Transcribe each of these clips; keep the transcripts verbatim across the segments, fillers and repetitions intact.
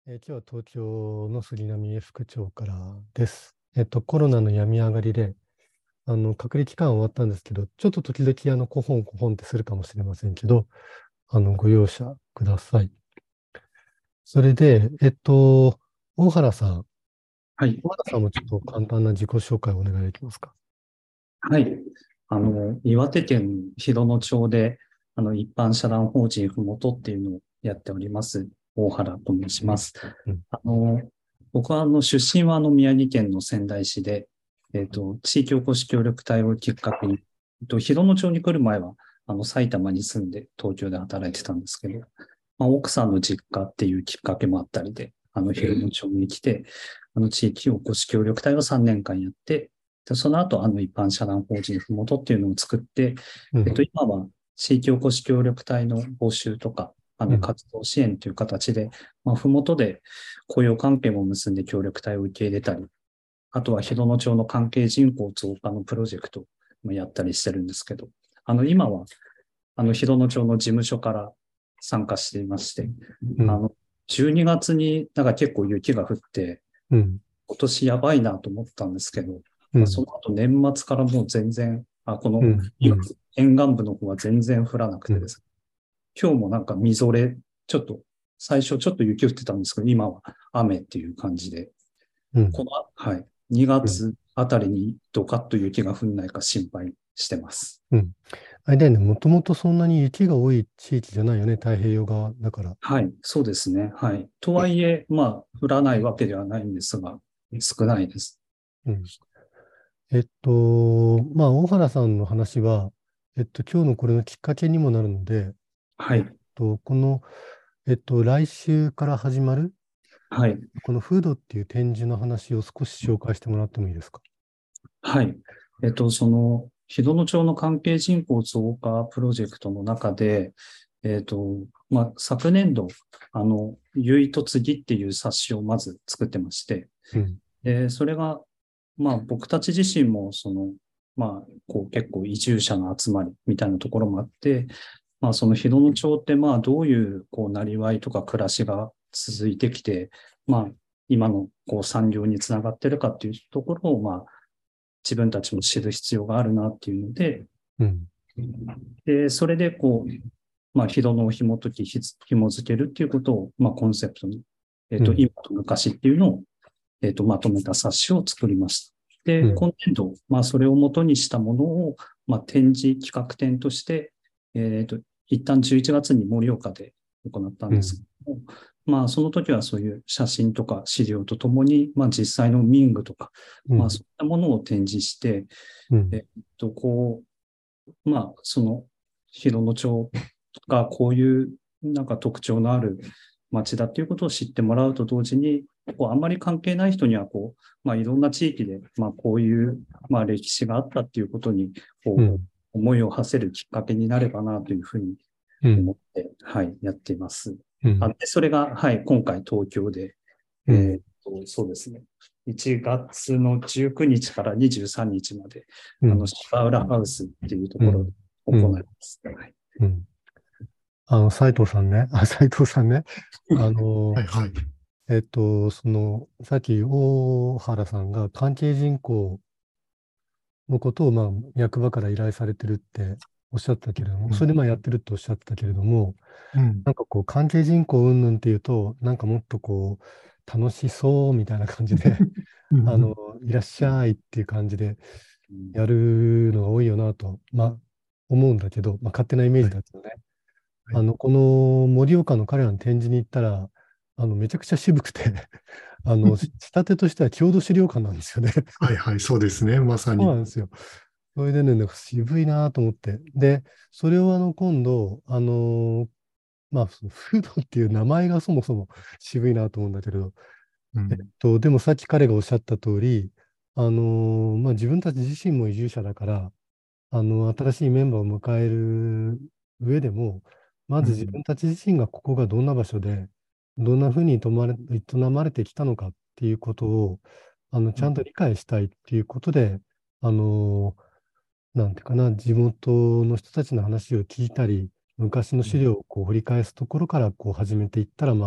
えー今日は東京の杉並江副町からです。えっと、コロナの病み上がりで、あの、隔離期間終わったんですけど、ちょっと時々、あの、コホンコホンってするかもしれませんけど、あの、ご容赦ください。それで、えっと、大原さん、 はい。 大原さんもちょっと簡単な自己紹介をお願いできますか？ はい。あの、岩手県広野町で、あの、一般社団法人ふもとっていうのをやっております。大原と申します。 うん。 あの、僕は、あの、出身は、あの、宮城県の仙台市で、えっと、地域おこし協力隊をきっかけに、えっと、広野町に来る前は、あの、埼玉に住んで東京で働いてたんですけど、まあ、奥さんの実家っていうきっかけもあったりで、あの、広野町に来て、あの、地域おこし協力隊をさんねんかんやって、で、その後、あの、一般社団法人ふもとっていうのを作って、えっと、 うん。 今は地域おこし協力隊の募集とか、あの、 うん。 活動支援という形で、まあ、ふもとで雇用関係も結んで協力隊を受け入れたり、あとは広野町の関係人口増加のプロジェクトもやったりしてるんですけど、あの、今は、あの、広野町の事務所から参加していまして、 うん。 あの、じゅうにがつになんか結構雪が降って、 うん。 今年やばいなと思ったんですけど、まあ、そうん。 の後年末からもう全然、あ、このうん。う今ん。 沿岸部の方は全然降らなくうん。 てですね、今日もなんかみぞれ、ちょっと、最初ちょっと雪降ってたんですけど、今は雨っていう感じで、 うん。 この、はい、2 うん。 月あたりにドカッと雪が降んないか心配してます。 うん。あれだよね、もともとそんなに雪が多い地域じゃないよね、太平洋側だから。 はい、そうですね。はい。とはいえ、まあ、降らないわけではないんですが、少ないです。 うん。えっと、まあ、大原さんの話は、えっと、今日のこれのきっかけにもなるので、えっはい。 と、この、えっと、来週から始まる、 はい。 このフードっていう展示の話を少し紹介してもらってもいいですか？ はい。えっと、その、広野町の関係人口増加プロジェクトの中で、えっと、まあ、昨年度、あの、ゆいとつぎっていう冊子をまず作ってまして、 うん。 で、それが、まあ、僕たち自身も、その、まあ、こう、結構移住者の集まりみたいなところもあって、まあ、その広野町って、まあ、どういう、こう、なりわいとか暮らしが続いてきて、まあ、今の、こう、産業につながってるかっていうところを、まあ、自分たちも知る必要があるなっていうので、 うん。 で、それでこう、まあ、広野を紐解き、ひ紐付けるっていうことを、まあ、コンセプトに、えっ、と、 うん。 今と昔っていうのを、えっ、と、まとめた冊子を作りました。で、 うん。 今年度、まあ、それを元にしたものを、まあ、展示企画展として、えっ、と、一旦じゅういちがつに盛岡で行ったんうん。 ですけども、まあ、その時はそういう写真とか資料とともに、まあ、実際の民具とか、まあ、 うん。 そういったものを展示して、 うん。 えっと、こう、まあ、その、広野町がこういうなんか特徴のある町だっていうことを知ってもらうと同時に、こうあんまり関係ない人にはこう、まあ、いろんな地域で、まあ、こういう、まあ、歴史があったっていうことにこうん。 う思いを馳せるきっかけになればなというふうにうん。 思って、はい、やっています。 うん。 あでそれが、はい、今回東京で、 うん。 えーっと、そうですね。いちがつのじゅうくにちからにじゅうさんにちまで、あの、 うん。 芝浦ハウスっていうところでうん。う行いまん。 す。はい。 うん。あの、斉藤さんね。あ、斉藤さんね。あの、 はいはい。 えっと、その、さっき大原さんが関係人口のことを、まあ、役場から依頼されてるっておっしゃったけれども、 うん。 それでまあやってるっておっしゃってたけれども、 うん。 なんかこう、関係人口云々っていうと、なんかもっとこう、楽しそうみたいな感じで、 うあの、 ん。 いらっしゃいっていう感じでうんやるのが多いよなと、まあ、思うんだけど、まあ、勝手なイメーはい。 ジだけどね。 はい。 あの、この盛岡の彼らの展示に行ったら、あの、めちゃくちゃ渋くてあの、仕立てとしては郷土資料館なんですよね。 はいはい、そうですね。まさに。 そうなんですよ。それでね、なんか渋いなと思って。で、それをあの、今度、あのーまあ、そのフードっていう名前がそもそも渋いなと思うんだけれど、えっうん。 と、でもさっき彼がおっしゃった通り、あのーまあ、自分たち自身も移住者だから、あの、新しいメンバーを迎える上でも、まず自うん。 分たち自身がここがどんな場所で、どんなふうに営まれ、営まれてきたのかっていうことを、あの、ちゃんと理解したいっていうことで、あの、なんていうかな、地元の人たちの話を聞いたり、昔の資料をこう掘り返すところからこう始めていったら、まあ、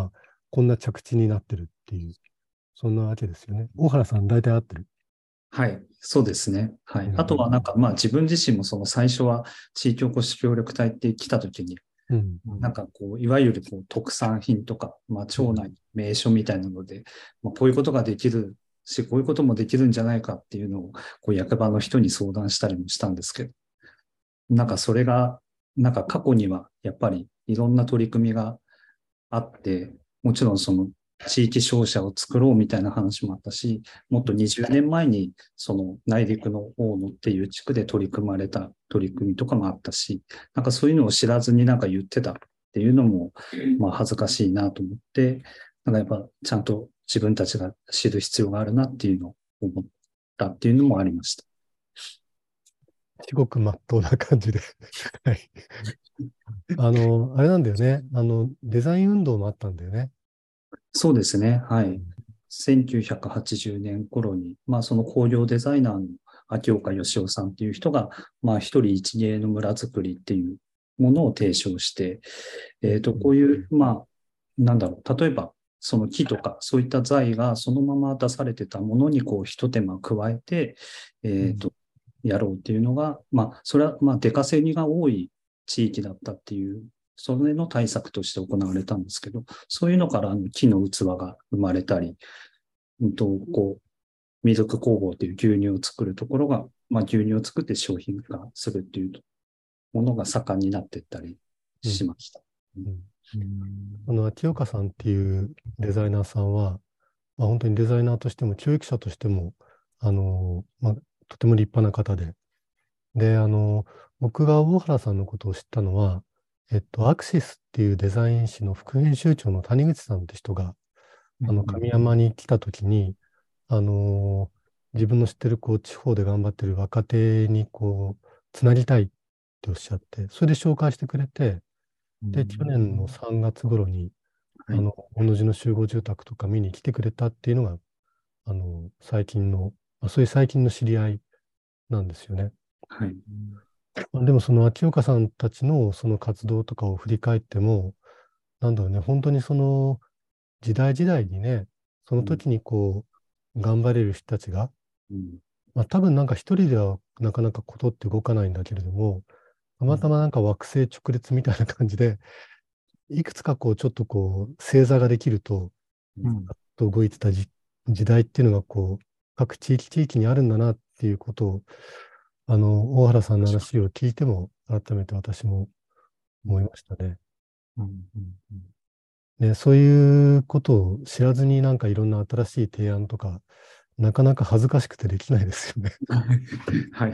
こんな着地になってるっていう、そんなわけですよね。大原さん、大体合ってる。 はい、そうですね。はい。 うん。 あとはなんか、まあ自分自身もその最初は地域おこし協力隊って来た時に、 うん。 なんかこう、いわゆるこう特産品とか、まあうん。 町内名所みたいなので、まあ、こういうことができるし、こういうこともできるんじゃないかっていうのを、こう役場の人に相談したりもしたんですけど、なんかそれが、なんか過去にはやっぱりいろんな取り組みがあって、もちろんその地域商社を作ろうみたいな話もあったし、もっとにじゅうねんまえにその内陸の大野っていう地区で取り組まれた取り組みとかもあったし、なんかそういうのを知らずになんか言ってたっていうのも、まあ恥ずかしいなと思って、なんかやっぱちゃんと自分たちが知る必要があるなっていうのを思ったっていうのもありました。 至極真っ当な感じで。はい。あの、あれなんだよね。あの、デザイン運動もあったんだよね。 そうですね。はい。 うん。 せんきゅうひゃくはちじゅうねん頃に、まあその工業デザイナーの秋岡義夫さんっていう人が、まあ一人一芸の村づくりっていうものを提唱して、 うん。 えっと、 うん。 こういう、まあ、なんだろう、例えば、その木とか、そういった材がそのまま出されてたものに、こう、一手間加えて、 うん。 えっと、やろうっていうのが、まあ、それは、まあ、出稼ぎが多い地域だったっていう、それの対策として行われたんですけど、そういうのからあの木の器が生まれたり、うんと、こう、ミルク工房っていう牛乳を作るところが、まあ、牛乳を作って商品化するっていうものが盛んになっていったりうん。 しました。うん。 うん。あの、秋岡さんっていうデザイナーさんは、まあ、本当にデザイナーとしても、教育者としても、あの、まあ、とても立派な方で、で、あの、僕が大原さんのことを知ったのは、えっと、アクシスっていうデザイン誌の副編集長の谷口さんって人が、あの、神山に来た時に、あの、自分の知ってる、こう、地方で頑張ってる若手に、こう、つなぎたいっておっしゃって、それで紹介してくれて、で、去年のさんがつ頃に、 はい。 あの、小野路の集合住宅とか見に来てくれたっていうのが、あの、最近の、まあ、そういう最近の知り合いなんですよね。 はい。 まあでもその秋岡さんたちのその活動とかを振り返っても、なんだろうね、本当にその時代時代にね、そのうん。 時にこう、頑張れる人たちが、 うん。 まあ多分なんか一人ではなかなかことって動かないんだけれども、たまたまなんか惑星直列みたいな感じで、いくつかこう、ちょっとこう、星座ができると、 うん。 と動いてたじ時代っていうのがこう、各地域地域にあるんだなっていうことを、あの、大原さんの話を聞いても、改めて私も思いましたね。 うん。うん。 ね、そういうことを知らずになんかいろんな新しい提案とか、なかなか恥ずかしくてできないですよね。 はい。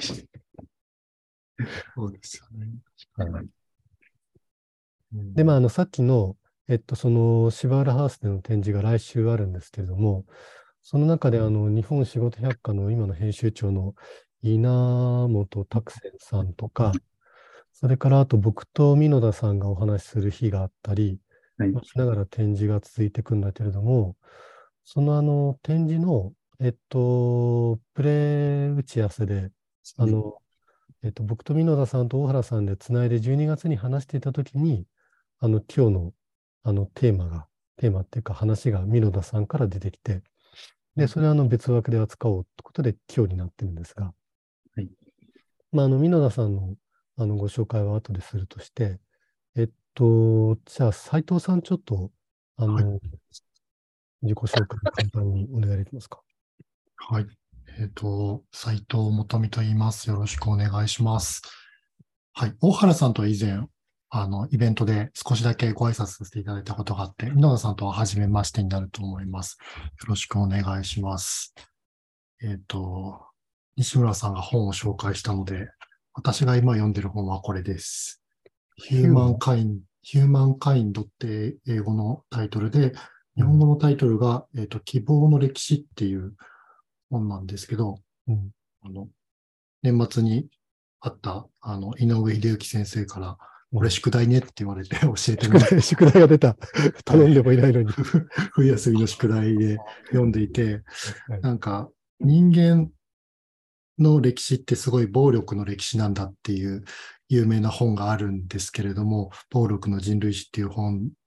そうですよね。 はい。 確かに。うで、まあ、 ん。 あの、さっきの、えっと、その、芝浦ハウスでの展示が来週あるんですけれども、その中で、あの、日本仕事百科の今の編集長の稲本拓宣さんとか、それからあと僕と美濃田さんがお話しする日があったり、 はい。 まあ、しながら展示が続いていくんだけれども、そのあの展示の、えっと、プレ打ち合わせで、あの、えっと、僕と美濃田さんと大原さんでつないでじゅうにがつに話していたときに、あの、今日のあのテーマが、テーマっていうか話が美濃田さんから出てきて、で、それはあの別枠で扱おうということで今日になってるんですが、 はい。 まあ、あの、美濃田さんのあのご紹介は後でするとして、えっと、じゃあ、斉藤さん、ちょっと、あはい。 の、自己紹介簡単にお願いできますか。 はい。えっと、斉藤元美と言います。よろしくお願いします。はい。大原さんとは以前、あの、イベントで少しだけご挨拶させていただいたことがあって、稲田さんとは初めましてになると思います。よろしくお願いします。えっと、西村さんが本を紹介したので、私が今読んでる本はこれです。ヒューマンヒューマン。 カイン、ヒューマンカインドって英語のタイトルで、日うん。 本語のタイトルが、えっと、希望の歴史っていう本なんですけど、 うん。 あの、年末にあった、あの、井上秀幸先生から、これうん。 宿題ねって言われて教えてもらっ宿題、宿題が出た。 た。はい。 頼んでもいないのに。 冬休みの宿題で読んでいて、 はい。 なんか、人間の歴史ってすごい暴力の歴史なんだっていう有名な本があるんですけれども、暴力の人類史っていう本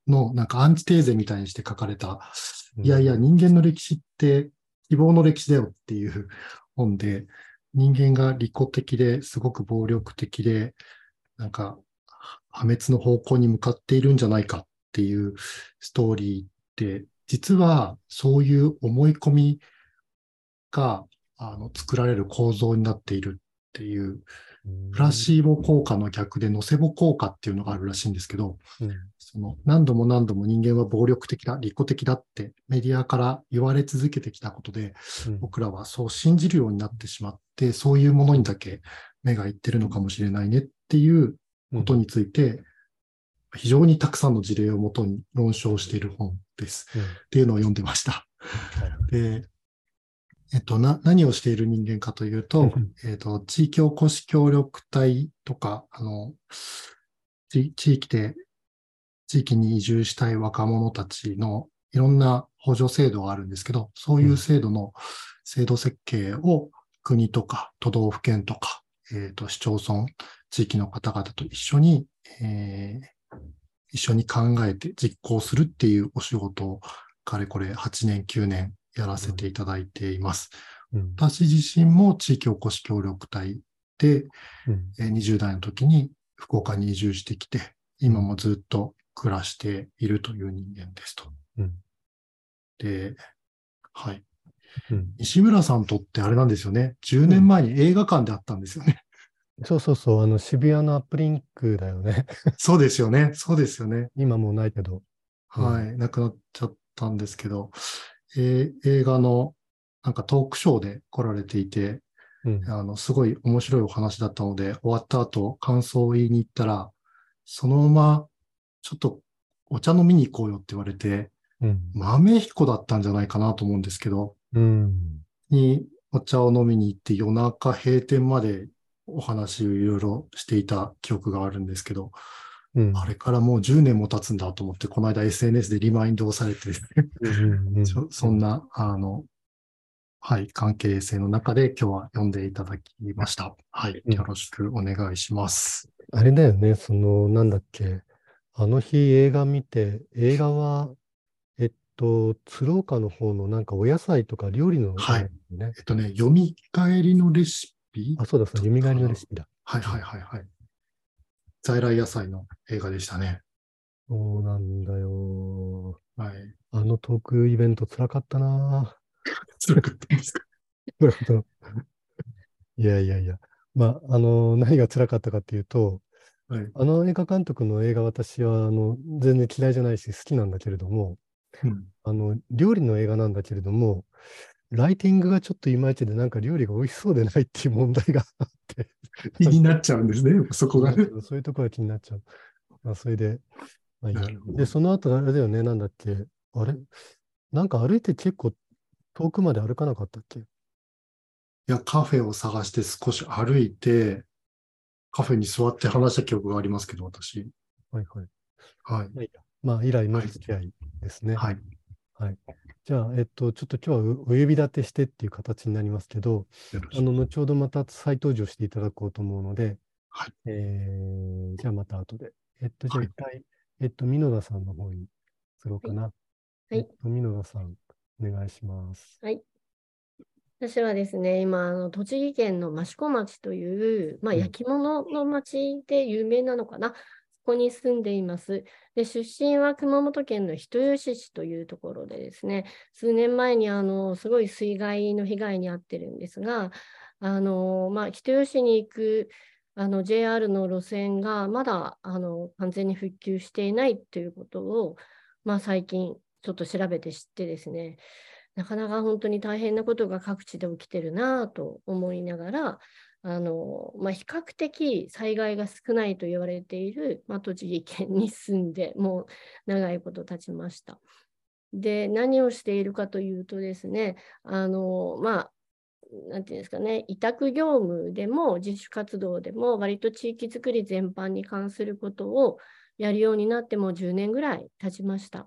のなんかアンチテーゼみたいにして書かれた、 うんいやいや、人間の歴史って希望の歴史だよっていう本で、人間が利己的ですごく暴力的で、なんか破滅の方向に向かっているんじゃないかっていうストーリーって、実はそういう思い込みがあの作られる構造になっているっていう、プラシーボ効果の逆でノセボ効果っていうのがあるらしいんですけど、 うんその何度も何度も人間は暴力的だ、利己的だってメディアから言われ続けてきたことで、 うん僕らはそう信じるようになってしまって、そういうものにだけ目がいってるのかもしれないねっていうことについて、非常にたくさんの事例をもとに論証している本です。 うんっていうのを読んでました。 はいで、えっと、な、何をしている人間かというと、えっと、地域おこし協力隊とか、あの、地地域で、地域に移住したい若者たちのいろんな補助制度があるんですけど、そういう制度の制度設計を国とか都道府県とか、えっと、市町村、地域の方々と一緒に、えー一緒に考えて実行するっていうお仕事をかれこれはちねん、きゅうねんやらせていただいています。 うん私自身も地域おこし協力隊でうんえーにじゅう代の時に福岡に移住してきて、今もずっと暮らしているという人間ですと。 うんで、はい。 うん西村さんとってあれなんですよね。じゅうねんまえに映画館であったんですよね。 そうそうそう、あの渋谷のアップリンクだよね。 そうですよね。そうですよね。 今もうないけど。うんはい。亡くなっちゃったんですけど、えー映画のなんかトークショーで来られていて、 うんあの、すごい面白いお話だったので、終わった後、感想を言いに行ったら、そのまま、ちょっとお茶飲みに行こうよって言われて、 うん豆彦だったんじゃないかなと思うんですけど、 うんにお茶を飲みに行って夜中閉店までお話をいろいろしていた記憶があるんですけど、 うんあれからもうじゅうねんも経つんだと思って、この間 エスエヌエス でリマインドをされて、 うんちょそんな、あの、はい、関係性の中で今日は読んでいただきました。はい、 うんよろしくお願いします。 あれだよね、その、なんだっけ、あの日映画見て、映画は、えっと、鶴岡の方のなんかお野菜とか料理の映画だはい。 よね。 えっとね、読み返りのレシピあ、そうだ、そう、 だったかな。 蘇りのレシピだ。 はいはいはいはい。在来野菜の映画でしたね。 そうなんだよ。 はい。 あのトークイベント辛かったな辛かったんですか？ ぁ。辛かったいやいやいや。まあ、あの、何が辛かったかっていうと、 はい。 あの映画監督の映画私は、あの、全然嫌いじゃないし好きなんだけれども、 うん。 あの、料理の映画なんだけれども、ライティングがちょっといまいちで、なんか料理が美味しそうでないっていう問題があって、 気になっちゃうんですね。そこがね。 気になっちゃう。そういうところが気になっちゃう。まあ、それで、まあいいや。で、 なるほど。 その後、あれだよね、なんだっけ。あれなんか歩いて結構遠くまで歩かなかったっけ？ いや、カフェを探して少し歩いて、カフェに座って話した記憶がありますけど、私。 はいはい。 はい。 まあいいや。まあ、以来のはい。 付き合いですね。 はい。 はい。じゃあ、えっと、ちょっと今日はおお呼び立てしてっていう形になりますけど、 よろしく。 あの、後ほどまた再登場していただこうと思うので、 はい。 えー、じゃあまた後で。えっと、じゃあはい。 一回、えっと、箕田さんの方に移ろうかな。 はい。 えっと、箕田さん、お願いします。 はい。私はですね、今、あの栃木県の益子町という、まあ、 うん焼き物の町で有名なのかな。そこに住んでいます。で、出身は熊本県の人吉市というところでですね、数年前にあのすごい水害の被害に遭ってるんですが、あのまあ、人吉に行くあの ジェイアール の路線がまだあの完全に復旧していないということを、まあ、最近ちょっと調べて知ってですね、なかなか本当に大変なことが各地で起きてるなと思いながら、あのまあ、比較的災害が少ないと言われている、まあ、栃木県に住んでもう長いこと経ちました。で、何をしているかというとですね、あのまあなんていうんですかね、委託業務でも自主活動でも割と地域づくり全般に関することをやるようになってもうじゅうねんぐらい経ちました。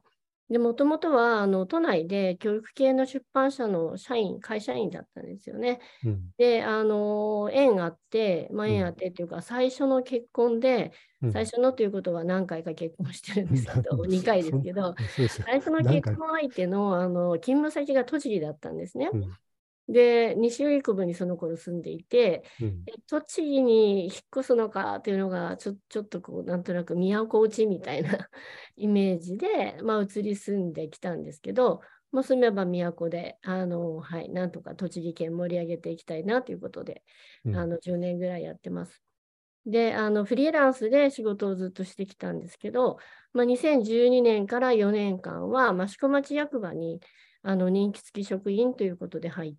で、もともとは、あの、都内で教育系の出版社の社員、会社員だったんですよね。 うんで、あの、縁あって、まあ、 うん縁あってっていうか、最初の結婚で、 うん最初のということは何回か結婚してるんですけど、にかいですけど、 そうですよ。 最初のなんか、 結婚相手の、あの、勤務先が栃木だったんですね。 うんで、西荻窪にその頃住んでいて、 うんで栃木に引っ越すのかっていうのがちょ、ちょっとこう、なんとなく都落ちみたいなイメージで、まあ、移り住んできたんですけど、もう住めば都で、あの、はい、なんとか栃木県盛り上げていきたいなということで、 うんあの、じゅうねんぐらいやってます。で、あの、フリーランスで仕事をずっとしてきたんですけど、まあ、にせんじゅうにねんからよねんかんは益子町役場にあの任期付き職員ということで入って、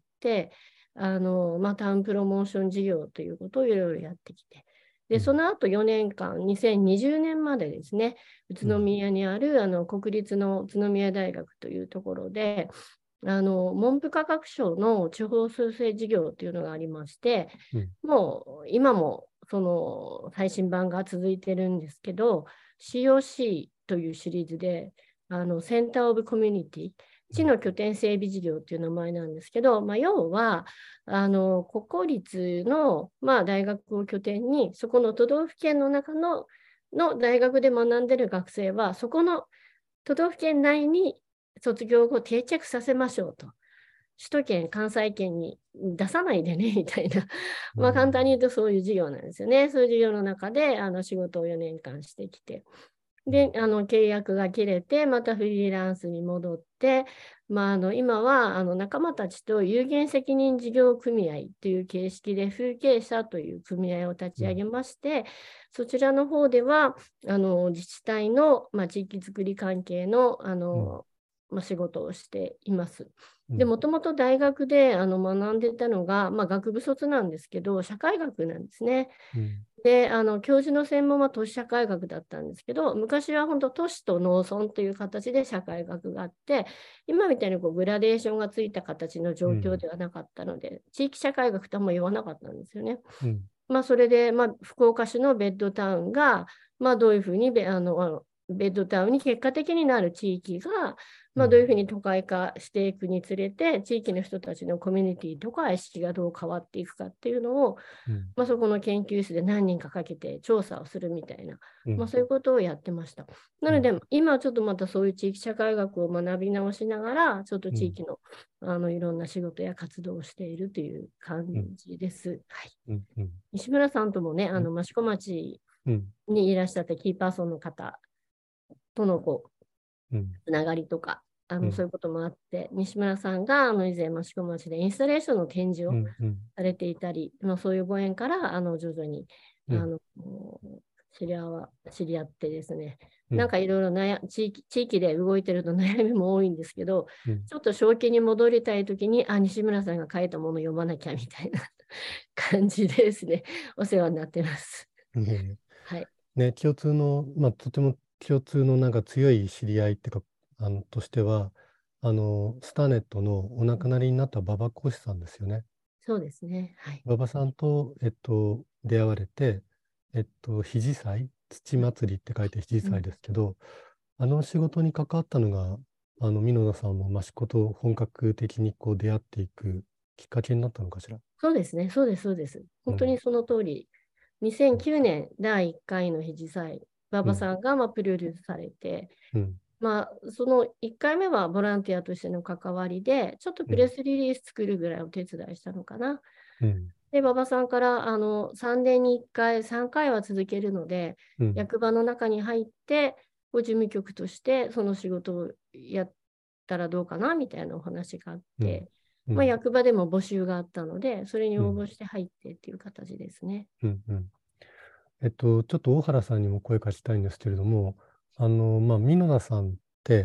あの、まあ、タウンプロモーション事業ということをいろいろやってきて、で、その後よねんかん、にせんにじゅうねんまでですね、宇都宮にあるあの国立の宇都宮大学というところで、あの文部科学省の地方創生事業というのがありまして、 うんもう今もその最新版が続いてるんですけど、シーオーシー というシリーズで、あのセンターオブコミュニティ、地の拠点整備事業という名前なんですけど、まあ、要はあの国公立の、まあ、大学を拠点に、そこの都道府県の中の、の大学で学んでる学生は、そこの都道府県内に卒業後定着させましょうと。首都圏、関西圏に出さないでね、みたいな。まあ簡単に言うとそういう事業なんですよね。そういう事業の中であの仕事をよねんかんしてきて。で、あの契約が切れて、またフリーランスに戻って、まあ、あの今はあの仲間たちと有限責任事業組合という形式で風景社という組合を立ち上げまして、そちらの方ではあの自治体の、まあ、地域づくり関係の、あの、まあ、仕事をしています。で、もともと大学であの学んでたのが、まあ、学部卒なんですけど、社会学なんですね。 うんで、あの教授の専門は都市社会学だったんですけど、昔は本当都市と農村という形で社会学があって、今みたいにこうグラデーションがついた形の状況ではなかったので、うん、地域社会学とはも言わなかったんですよね。 うんまあ、それで、まあ、福岡市のベッドタウンが、まあ、どういうふうにベあのベッドタウンに結果的になる地域が、まあ、どういうふうに都会化していくにつれて、地域の人たちのコミュニティとか意識がどう変わっていくかっていうのを、 うんまあ、そこの研究室で何人かかけて調査をするみたいな、 うんまあ、そういうことをやってました。なので、今ちょっとまたそういう地域社会学を学び直しながら、ちょっと地域の、あのいろんな仕事や活動をしているという感じです。はい。 うんうん西村さんともね、あの益子町うんにいらっしゃったキーパーソンの方とのこううんつながりとか、あうんのそういうこともあって、西村さんがあの以前益子町でインスタレーションの展示をうんうんされていたり、まあ、そういうご縁からあの徐々にあうんの知り合わ知り合ってですね、 うんなんかいろいろ悩地域地域で動いてると悩みも多いんですけど、 うんちょっと正気に戻りたいときに、あ、西村さんが書いたものを読まなきゃみたいな感じでですね、お世話になってます。 ねはい。 ね、共通の、まあ、とても共通のなんか強い知り合いっていうか、あの、としては、あの、スターネットのお亡くなりになった馬場講師さんですよね。 そうですね。はい。 馬場さんと、えっと、出会われて、えっと、肘祭、土祭りって書いて肘祭ですけど、あの仕事に関わったのが、あの、箕田さんも益子と本格的にこう出会っていくきっかけになったのかしら。 そうですね。そうです、そうです。本当にその通り。にせんきゅうねんだいいっかいの肘祭、馬場さんがまあプロデュースされて、 うんまあ、そのいっかいめはボランティアとしての関わりで、ちょっとプレスリリース作るぐらいお手伝いしたのかな。 うんで、馬場さんからあのさんねんにいっかい、さんかいは続けるので、 うん役場の中に入って、ご事務局としてその仕事をやったらどうかなみたいなお話があって、 うんまあ、役場でも募集があったので、それに応募して入ってっていう形ですね。 うんうんえっと、ちょっと大原さんにも声かけたいんですけれども、あの、まあ、箕田さんって、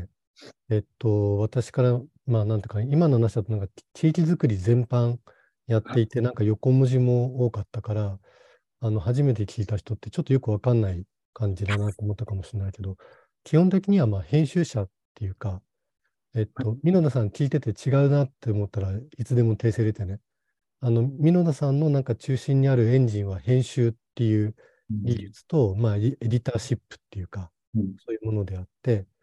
えっと、私から、まあ、なんていうか、今の話だと、なんか、地域づくり全般やっていて、なんか横文字も多かったから、あの、初めて聞いた人って、ちょっとよくわかんない感じだなと思ったかもしれないけど、基本的には、まあ、編集者っていうか、えっと、箕田さん聞いてて違うなって思ったらいつでも訂正入れてね。あの、箕田さんのなんか中心にあるエンジンは編集っていう技術と、まあ、エディターシップっていうか、 うんそういうものであって、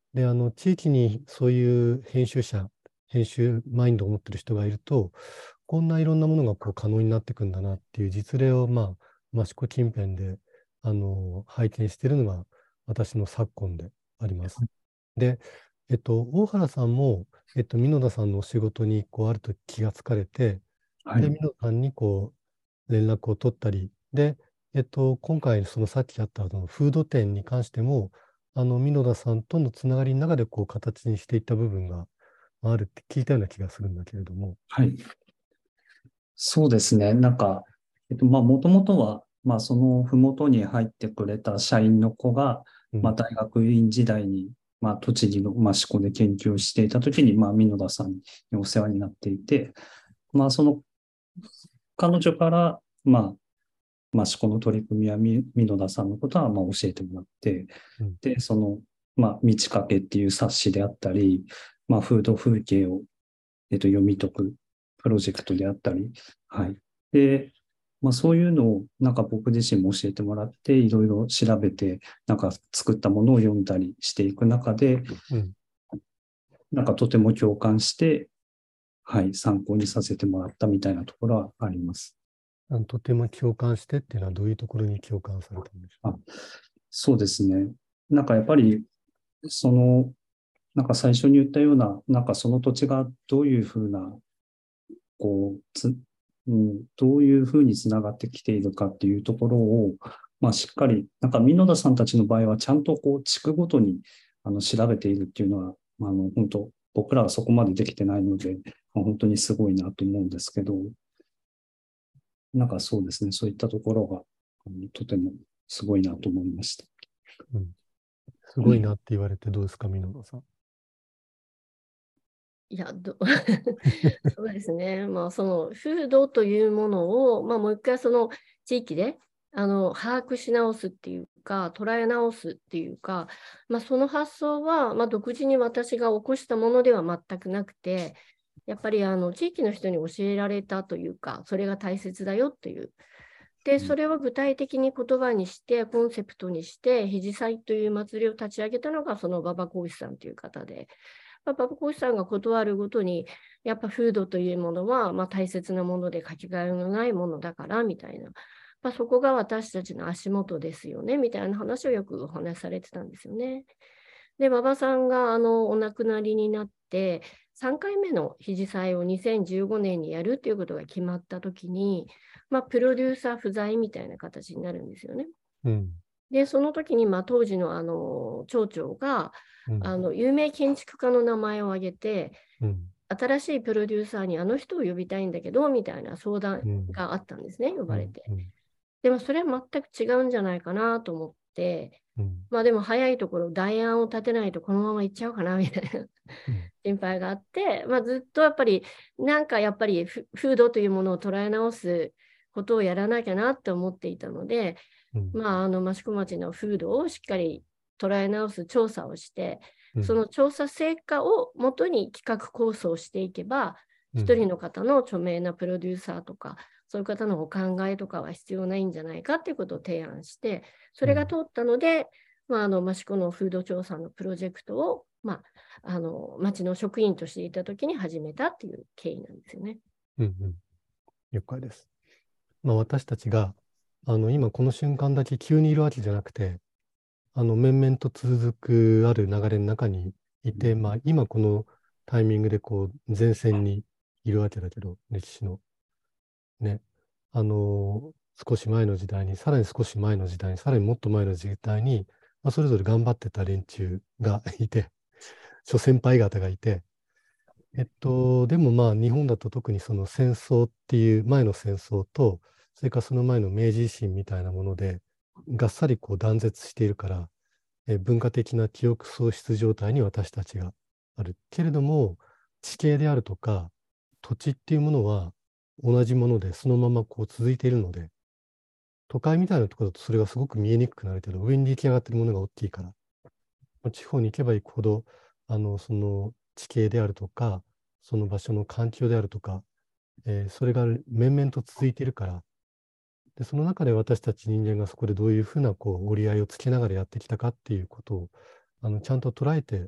で、あの、地域にそういう編集者、編集マインドを持ってる人がいると、こんないろんなものがこう可能になっていくんだなっていう実例を、まあ、益子近辺で、あの、拝見しているのが私の昨今であります。で、えっと、大原さんも、えっと、箕田さんのお仕事にこうあると気がつかれて、で、 はい。 箕田さんにこう連絡を取ったり、で、えっと、今回、そのさっきあったあのフード店に関しても、あの、箕田さんとのつながりの中でこう形にしていった部分があるって聞いたような気がするんだけれども。 はい。そうですね。なんか、えっと、まあ、もともとは、まあ、そのふもとに入ってくれた社員の子が、まあ、 うん、 大学院時代に、まあ、栃木の益子で研究をしていたときに、まあ、箕田さんにお世話になっていて、まあ、その彼女から、まあ、益子の取り組みやみ箕田さんのことは、まあ、教えてもらって、 うん、 で、その、まあ、道かけっていう冊子であったり、まあ、風土風景を、えっと、読み解くプロジェクトであったり、はい。で、まあ、そういうのを、なんか僕自身も教えてもらって、いろいろ調べて、なんか作ったものを読んだりしていく中で、 うん。 なんかとても共感して、はい、参考にさせてもらったみたいなところはあります。 あのとても共感してっていうのはどういうところに共感されたんでしょあ、そうですね。なんかやっぱり、その、なんか最初に言ったような、なんかその土地がどういうふうな、こう、つ、うん、どういうふうにつながってきているかっていうところを、まあしっかり、なんか箕田さんたちの場合はちゃんとこう、地区ごとにあの調べているっていうのは、あの、本当僕らはそこまでできてないので、まあ本当にすごいなと思うんですけど、なんかそうですね、そういったところが、あのとてもすごいなと思いました。 う。うん、すごいなって言われてどうですか、箕田さん。 いや、どそうですね。まあ、その風土というものを、まあ、もう一回その地域であの把握し直すっていうか、捉え直すっていうか、まあ、その発想は、まあ、独自に私が起こしたものでは全くなくて、やっぱりあの地域の人に教えられたというか、それが大切だよという。で、それを具体的に言葉にして、コンセプトにして、肘祭という祭りを立ち上げたのが、その馬場浩司さんという方で、馬場浩司さんが断るごとに、やっぱ風土というものは、まあ、大切なものでかけがえのないものだからみたいな、まあ、そこが私たちの足元ですよねみたいな話をよくお話しされてたんですよね。で、馬場さんがあのお亡くなりになって、さんかいめの肘祭をにせんじゅうごねんにやるということが決まったときに、まあ、プロデューサー不在みたいな形になるんですよね。 うん、 で、その時に、まあ、当時のあの町長が、 うん、 あの有名建築家の名前を挙げて、 うん、 新しいプロデューサーにあの人を呼びたいんだけど、みたいな相談うん、 があったんですね、呼うん、 ばれて。 うん、 でもそれは全く違うんじゃないかなと思って、 うん、 まあでも早いところ代案を立てないとこのまま行っちゃうかなみたいなうん、 心配があって、まあ、ずっとやっぱりなんかやっぱりフードというものを捉え直すことをやらなきゃなって思っていたので、 うん、 まあ、あの益子町の風土をしっかり捉え直す調査をして、 うん、 その調査成果をもとに企画構想していけば、 うん、 一人の方の著名なプロデューサーとか、そういう方のお考えとかは必要ないんじゃないかっていうことを提案して、それが通ったので、まあ、あの益子の風土調査のプロジェクトを、まあ、あの町の職員としていたときに始めたっていう経緯なんですよね。 うん、うん。了解です。まあ、私たちが、あの、今この瞬間だけ急にいるわけじゃなくて、あの、面々と続くある流れの中にいて、まあ、今このタイミングでこう、前線にいるわけだけど、歴史の。ね。あの、少し前の時代に、さらに少し前の時代に、さらにもっと前の時代に、まあ、それぞれ頑張ってた連中がいて、諸先輩方がいて、えっと、でもまあ日本だと特にその戦争っていう前の戦争と、それからその前の明治維新みたいなもので、がっさりこう断絶しているから、え文化的な記憶喪失状態に私たちがある。けれども、地形であるとか、土地っていうものは同じもので、そのままこう続いているので、都会みたいなところだとそれがすごく見えにくくなるけど、上に出来上がっているものが大きいから、地方に行けば行くほど、あの、その地形であるとか、その場所の環境であるとか、えーそれが面々と続いているから、で、その中で私たち人間がそこでどういうふうなこう折り合いをつけながらやってきたかっていうことを、あの、ちゃんと捉えて、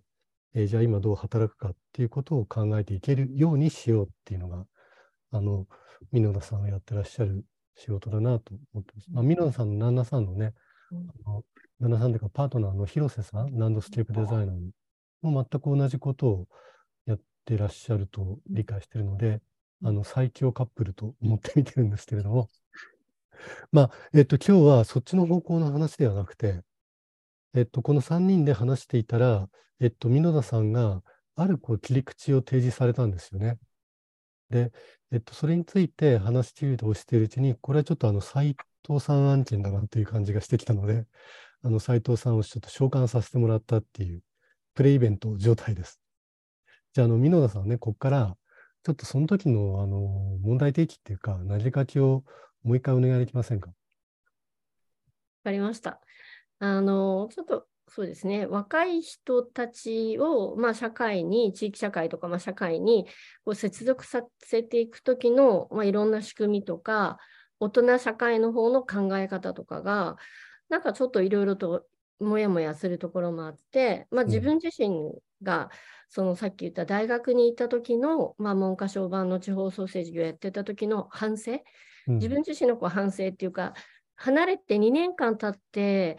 えーじゃあ今どう働くかっていうことを考えていけるようにしようっていうのが、あの、箕田さんがやってらっしゃる仕事だなと思ってます。まあ、箕田さんの旦那さんのね、 うんあの旦那さんというかパートナーの広瀬さん、ランドスケープデザイナーも全く同じことをやってらっしゃると理解しているので、あの、最強カップルと思って見てるんですけれども、まあ、えっと、今日はそっちの方向の話ではなくて、えっと、このさんにんで話していたら、えっと、箕田さんがあるこう切り口を提示されたんですよね。で、えっと、それについて話し中をしているうちに、これはちょっとあの、斉藤さん案件だなという感じがしてきたので、あの、斉藤さんをちょっと召喚させてもらったっていう、プレイベント状態です。じゃあ、あの、箕田さんね、ここから、ちょっとその時の、あの、問題提起っていうか、投げかけをもう一回お願いできませんか？ わかりました。あの、ちょっとそうですね、若い人たちを、まあ、社会に、地域社会とか、まあ、社会にこう接続させていくときの、まあ、いろんな仕組みとか、大人社会の方の考え方とかが、なんかちょっといろいろともやもやするところもあって、まあ、自分自身が、そのさっき言った大学に行った時の、まあ、文科省版の地方創生事業をやってた時の反省、 うん自分自身のこう反省っていうか、離れてにねんかん経って、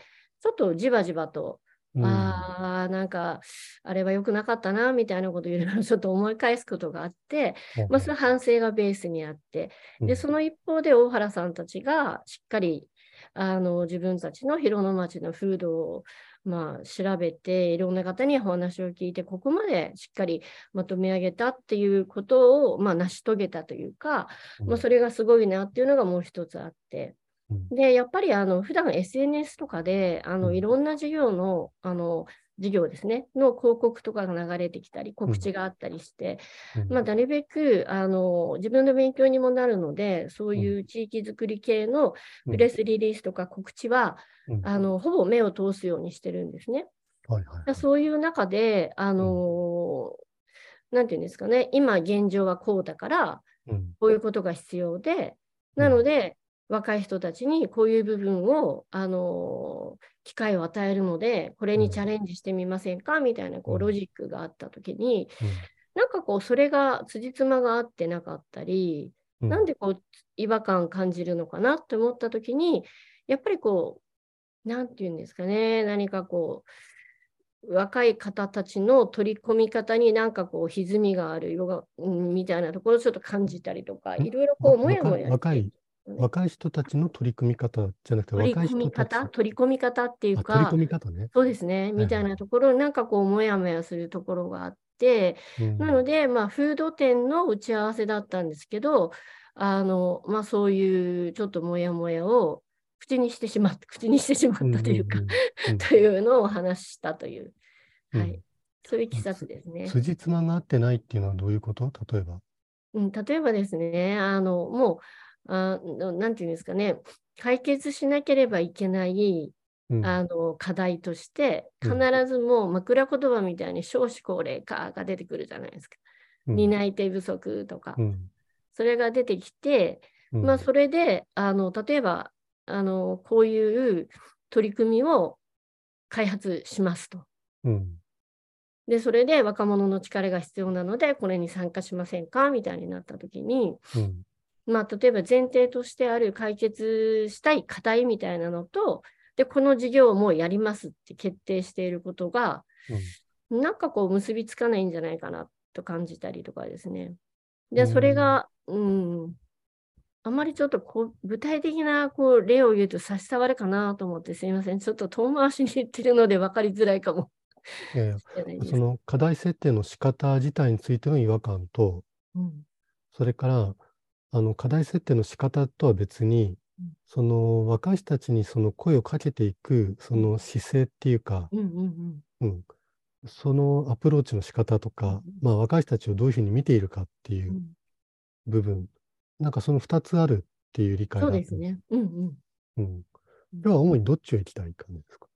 ちょっとじわじわと、 うんああ、なんか、あれは良くなかったな、みたいなことをいろいろちょっと思い返すことがあって、まあ、その反省がベースにあって、で、その一方で大原さんたちがしっかり、あの、自分たちの広野町の風土を、まあ、調べて、いろんな方にお話を聞いて、ここまでしっかりまとめ上げたっていうことを、まあ、成し遂げたというか、まあ、それがすごいなっていうのがもう一つあって、 うんで、やっぱりあの普段 エスエヌエス とかであうんのいろんな事業の、あの事業ですね、の広告とかが流れてきたり、告知があったりして、 うんまあ、なるべくあの自分の勉強にもなるので、そううんいう地域づくり系のうんプレスリリースとか告知は、 うんあのほぼ目を通すようにしてるんですね。 はいはいはい。 そういう中で、あのなんていうんですかね、今現状はこうだから、 うんこういうことが必要で、 うんなので、若い人たちにこういう部分を、あの機会を与えるので、これにチャレンジしてみませんかみたいなこううんロジックがあったときに、 うんなんかこう、それが辻褄が合ってなかったり、 うんなんでこう、違和感感じるのかなって思ったときに、やっぱりこう、なんていうんですかね、何かこう、若い方たちの取り込み方になんかこう歪みがあるよが、うんみたいなところをちょっと感じたりとか、 んいろいろこう、もやわもやして若い、若い人たちの取り組み方じゃなくて、 取り若い込み方、 人たち、 取り込み方っていうあ、取り込か、 み方ね。 そうですね、 はいみたいなところ、なんかこう、もやもやするところがあって、 うんなので、まあ、フード店の打ち合わせだったんですけど、あの、まあ、そういうちょっともやもやを口にしてしまった、口にしてしまっうんたというか、 うんうんというのを話したという、 うんはい、そういういきさつつですね。 辻褄が合ってないっていうのはどういうこと？例えば。 うん、例えばですね、あの、もう、あの、なんていうんですかね、解決しなければいけないうんあの課題として、必うんずもう枕言葉みたいに少子高齢化が出てくるじゃないですか。 うん担い手不足とか、 うんそれが出てきて、 うんまあ、それで、あの、例えば、あの、こういう取り組みを開発しますと。 うんで、それで若者の力が必要なので、これに参加しませんかみたいになったときに、 うんまあ、例えば前提としてある解決したい課題みたいなのと、で、この事業をもうやりますって決定していることが、 うんなんかこう結びつかないんじゃないかなと感じたりとかですね。で、 うんそれが、うん、あまりちょっとこう具体的なこう例を言うと差し障るかなと思って、すみません。ちょっと遠回しに言ってるので分かりづらいかもいやいやしれないです。 その課題設定の仕方自体についての違和感と、 うんそれからあの課題設定の仕方とは別に、 うんその若い人たちにその声をかけていくその姿勢っていうか、 うんうんうん、そのアプローチの仕方とか、 うんまあ、若い人たちをどういうふうに見ているかっていううん部分、なんかそのふたつあるっていう理解そうだと。 ですね。うんうんうん。では主にどっちを行きたいかですか？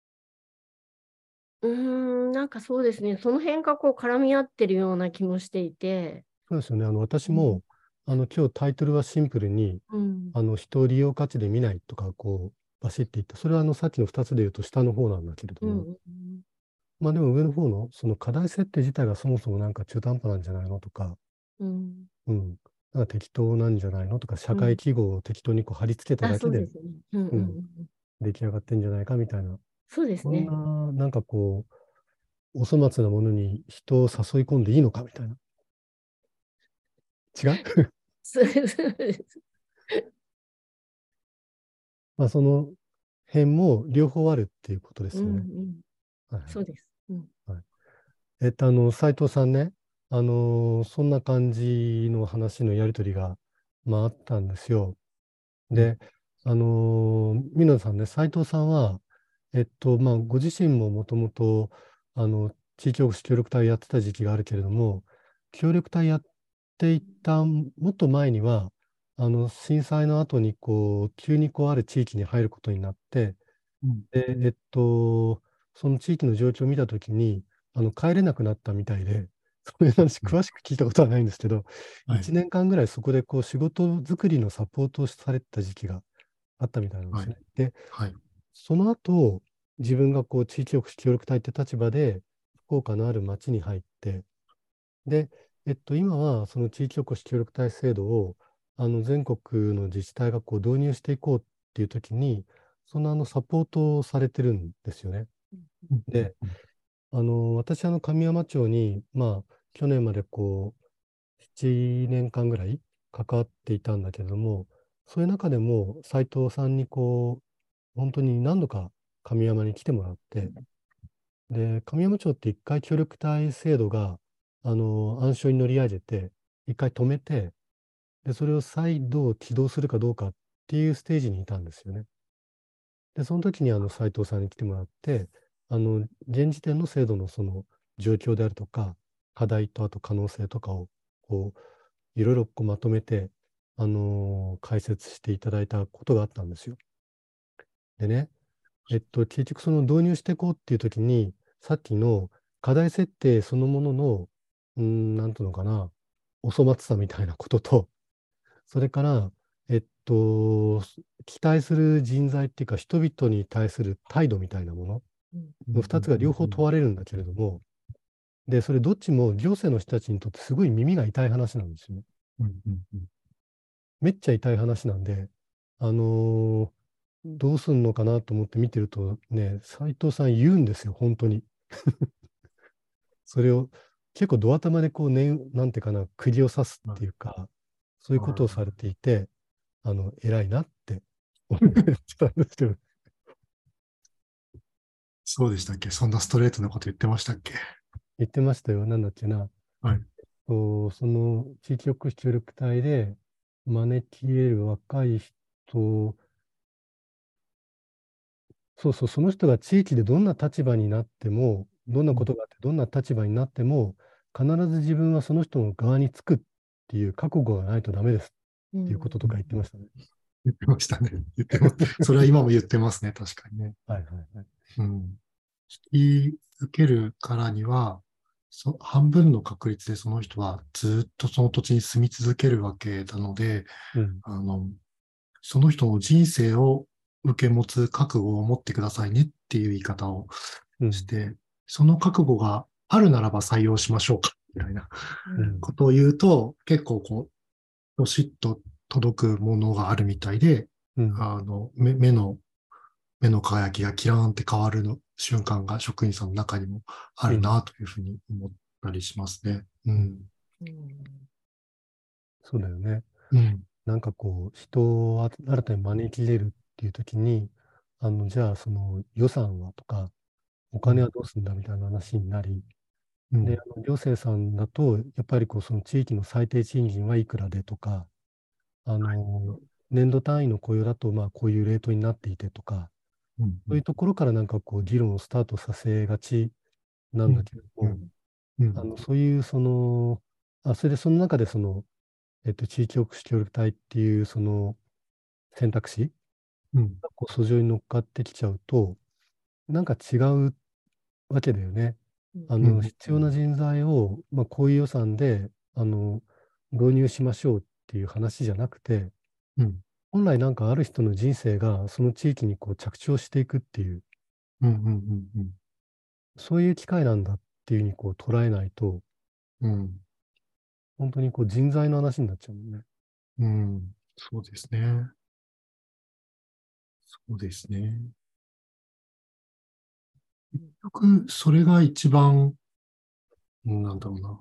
うーん、なんかそうですね。その辺がこう絡み合ってるような気もしていて、 そうですよね。あの私うんも、あの今日タイトルはシンプルに、 うんあの人を利用価値で見ないとか、こう、バシッていった。それはあのさっきのふたつで言うと下の方なんだけれども、 うんうんまあでも上の方のその課題設定自体がそもそもなんか中途半端なんじゃないのとか、 うん。 うん、なんか適当なんじゃないのとか、社うん。 会記号を適当にこう貼り付けたあ、 だけで、 そうですね。うんうんううん、 ん。 出来上がってんじゃないかみたいな、 そうですそんね。 な、なんかこう、お粗末なものに人を誘い込んでいいのかみたいな。違うそうそうです。 まあその辺も両方あるっていうことでうんうすよね。 ん。 はいはいそうです。うん。 はい。えっと、あの、斉藤さんね、あのーそんな感じの話のやりとりが、まあ、あったんですよ。 うん。 で、あのー、皆さんね、斉藤さんは、えっと、まあ、ご自身ももともと、あの、地域おこし協力隊やってた時期があるけれども、協力隊やっていたもっと前には、あの、震災の後に、こう、急にこう、ある地域に入ることになって、 うん。 で、えっと、その地域の状況を見たときに、あの、帰れなくなったみたいで、そういう話、 うん。 詳しく聞いたことはないんですけど、 はい。 いちねんかんぐらいそこでこう仕事作りのサポートをされてた時期があったみたいなんではい。 すね。で、 はい。 その後、自分がこう地域おこし協力隊って立場で、福岡のある町に入って、で、えっと、今はその地域おこし協力隊制度をあの全国の自治体がこう導入していこうっていう時に、そのあのサポートをされてるんですよね。 うん。うん。 で、あの私、あの神山町に、まあ、去年までこう、ななねんかんぐらい関わっていたんだけれども、そういう中でも斉藤さんにこう、本当に何度か神山に来てもらって、で、神山町って一回協力隊制度が、あの、暗礁に乗り上げて、一回止めて、で、それを再度起動するかどうかっていうステージにいたんですよね。で、その時にあの斉藤さんに来てもらって、あの、現時点の制度のその状況であるとか、課題とあと可能性とかを、こう、いろいろこうまとめて、あのー解説していただいたことがあったんですよ。でね、えっと、結局その導入していこうっていう時に、さっきの課題設定そのものの、うーん、なんていうのかな、お粗末さみたいなことと、それから、えっと、期待する人材っていうか、人々に対する態度みたいなものうん。 うん。 のふたつが両方問われるんだけれども、で、それどっちも行政の人たちにとってすごい耳が痛い話なんですよね。 うん。うん。うん。 めっちゃ痛い話なんで、あのーどうすんのかなと思って見てるとね、斉藤さん言うんですよ、本当に。それを結構ドア玉でこう、ね、なんていうかな、釘を刺すっていうか、そういうことをされていて、あの、偉いなって思ってたんですけど、 そうでしたっけ？そんなストレートなこと言ってましたっけ？ 言ってましたよ、なんだっけな。 はい。 とその地域おこし協力隊で招き入れる若い人、そうそう、その人が地域でどんな立場になっても、どんなうん。 ことがあって、どんな立場になっても、必ず自分はその人の側につくっていう覚悟がないとダメですうっていうこととかうん。 言ってましたね。 言ってましたね。言ってます。それは今も言ってますね。確かにね。 はいはいはい。 うん。引き受けるからには、そ、半分の確率でその人はずっとその土地に住み続けるわけなので、 うん、 あの、その人の人生を受け持つ覚悟を持ってくださいねっていう言い方をうん、 して、その覚悟があるならば採用しましょうか、みたいなうん、 ことを言うと、結構こう、どしっと届くものがあるみたいで、 うん、 あの、目、目の、目の輝きがキラーンって変わるの瞬間が職員さんの中にもあうん、 るなというふうに思ったりしますね。ううん。 ん。 うん。 そうだよね。 うん。 なんかこう、人を新たに招き入れるっていう時に、あの、じゃあその予算はとか、おうん。 金はどうするんだみたいな話になり、で、 うん。 あの行政さんだと、やっぱりこう、その地域の最低賃金はいくらでとか、あの、年度単位の雇用だと、まあ、こういうレートになっていてとか、 うん。 そういうところからなんかこう、議論をスタートさせがちなうん。 んだけれども、 うん。うん。 あの、そういう、その、あ、それでその中で、その、えっと、地域おこし協力隊っていう、その選択肢うん。 がこう、訴状に乗っかってきちゃうと、なんか違うわけだよね。あの、 うん。 必要な人材を、まあ、こういう予算で、あの、導入しましょうっていう話じゃなくて、 うん。 本来なんかある人の人生がその地域にこう着地をしていくっていう、 うん。うん。うん。 そういう機会なんだっていうふうにこう捉えないと、 うん。 本当にこう人材の話になっちゃうもんね。 うん。そうですね。そうですね。結局、それが一番、うんなんだろうな。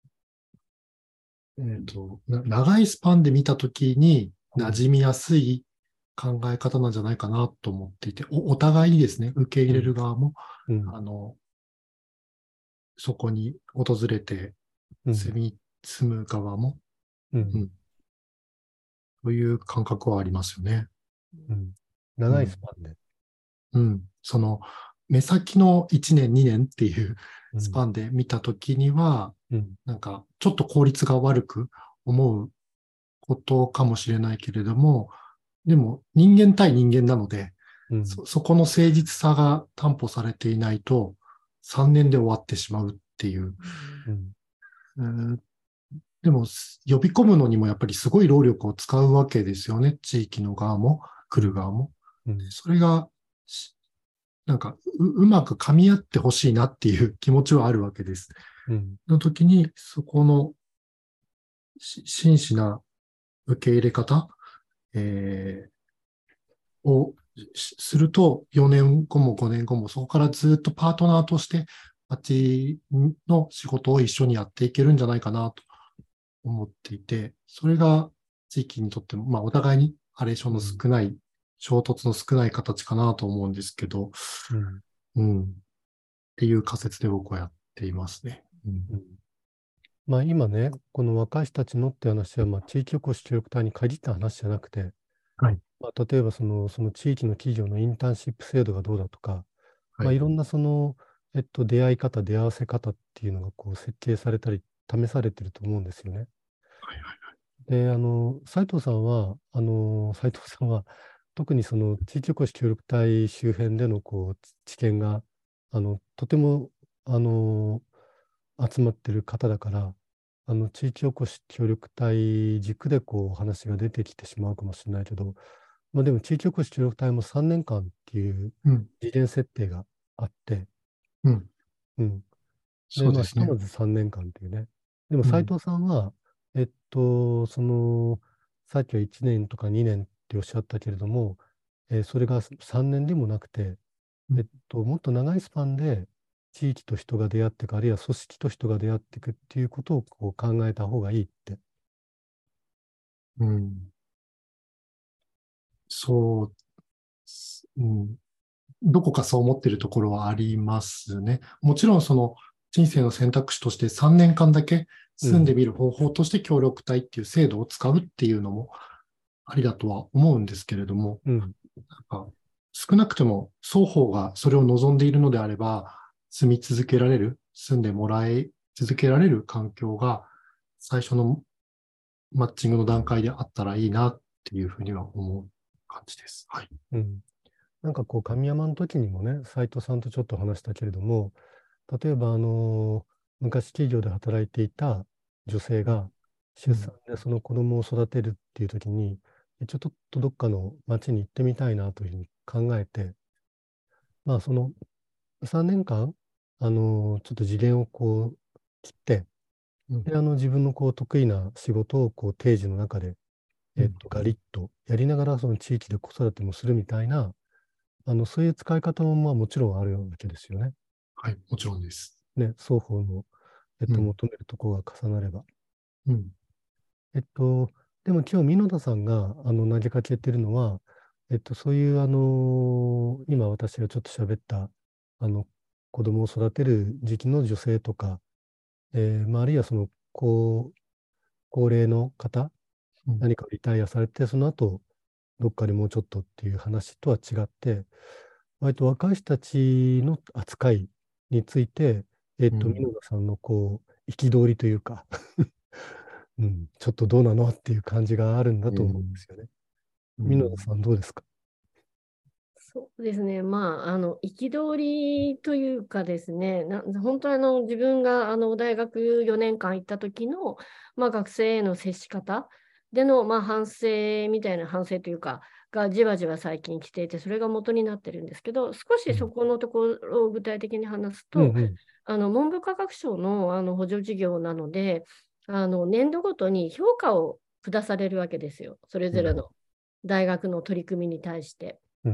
えっと、な長いスパンで見たときに馴染みやすい考え方なんじゃないかなと思っていて、お、お互いにですね、受け入れる側も、 うん、 あの、そこに訪れてうん、 住み、住む側も、 うん、 うん、そういう感覚はありますよね。 うん。長いスうん、 パンで。 うん。その、目先のいちねん、にねんっていううん、 スパンで見たときには、 うん、 なんか、ちょっと効率が悪く思うことかもしれないけれども、でも人間対人間なので、 うん、 そ、そこの誠実さが担保されていないと、さんねんで終わってしまうっていう。 うん、 うんでも、呼び込むのにもやっぱりすごい労力を使うわけですよね。地域の側も、来る側も。 うん、 それが、しなんかう、うまく噛み合ってほしいなっていう気持ちはあるわけです。 うん、 の時に、そこのし真摯な受け入れ方、えーをしすると、よねんごもごねんごも、そこからずっとパートナーとして、町の仕事を一緒にやっていけるんじゃないかなと思っていて、それが地域にとっても、まあ、お互いにハレーションの少ない、衝突の少ない形かなと思うんですけど、 うん、 うん、っていう仮説で僕はやっていますね。うん、 うん。まあ今ね、この若い人たちのって話は、まあ地域おこし協力隊に限った話じゃなくて、 はい、 まあ、例えばその、その地域の企業のインターンシップ制度がどうだとか、 はい、 まあいろんなその、えっと、出会い方、出会わせ方っていうのがこう設計されたり、試されてると思うんですよね。 はい、はい。 で、あの、斉藤さんは、あの、斉藤さんは、特にその地域おこし協力隊周辺でのこう知見が、あの、とても、あの、集まってる方だから、あの、地域おこし協力隊軸でこう、お話が出てきてしまうかもしれないけど、まあでも地域おこし協力隊もさんねんかんっていううん、 時限設定があって、 うん、 うん。で、まあ、 そうですね。 ひとまずさんねんかんっていうね。でも、 うん、 斉藤さんは、えっと、その、さっきはいちねんとかにねんっておっしゃったけれども、えーそれがさんねんでもなくて、 うん、 えっと、もっと長いスパンで地域と人が出会っていく、あるいは組織と人が出会っていくっていうことをこう考えた方がいいって。 うん、そう、うん、どこかそう思ってるところはありますね。もちろんその人生の選択肢としてさんねんかんだけうん、 住んでみる方法として協力隊っていう制度を使うっていうのもありだとは思うんですけれども、 うん、 なんか少なくとも双方がそれを望んでいるのであれば、住み続けられる、住んでもらい続けられる環境が最初のマッチングの段階であったらいいなっていうふうには思う感じです。はい。 うん。なんかこう、神山の時にもね、斉藤さんとちょっと話したけれども、例えば、あの昔企業で働いていた女性が出産でその子供を育てるっていう時に、ちょっとどっかの町に行ってみたいなというふうに考えて、まあ、そのさんねんかん、あのちょっと次元をこう切って、 うん、 で、あの、自分のこう得意な仕事をこう定時の中で、 うん、 えっと、ガリッとやりながら、その地域で子育てもするみたいな、あの、そういう使い方もまあもちろんあるわけですよね。 はい、もちろんです。 ね、双方の、えっと、 うん、 求めるところが重なれば。 うん、 えっと、でも今日、美濃田さんがあの投げかけてるのは、えっと、そういう、あのー今私がちょっと喋った、あの、子供を育てる時期の女性とか、えーまあ、あるいはその高、高齢の方、 うん、 何かリタイアされて、その後、どっかでもうちょっとっていう話とは違って、割と若い人たちの扱いについて、えっと、美うん、 濃田さんのこう、憤りというかうん、ちょっとどうなのっていう感じがあるんだと思うんですよね。 うん、 美濃田さんどうですか？ そうですね。まあ、あの、憤りというかですね、な本当にあの自分があの大学よねんかん行った時の、まあ、学生への接し方での、まあ、反省みたいな反省というか、がじわじわ最近来ていて、それが元になってるんですけど、少しそこのところを具体的に話すと、 うんうん。 あの文部科学省の、あの補助事業なので、あの年度ごとに評価を下されるわけですよ。それぞれの大学の取り組みに対して。 うん。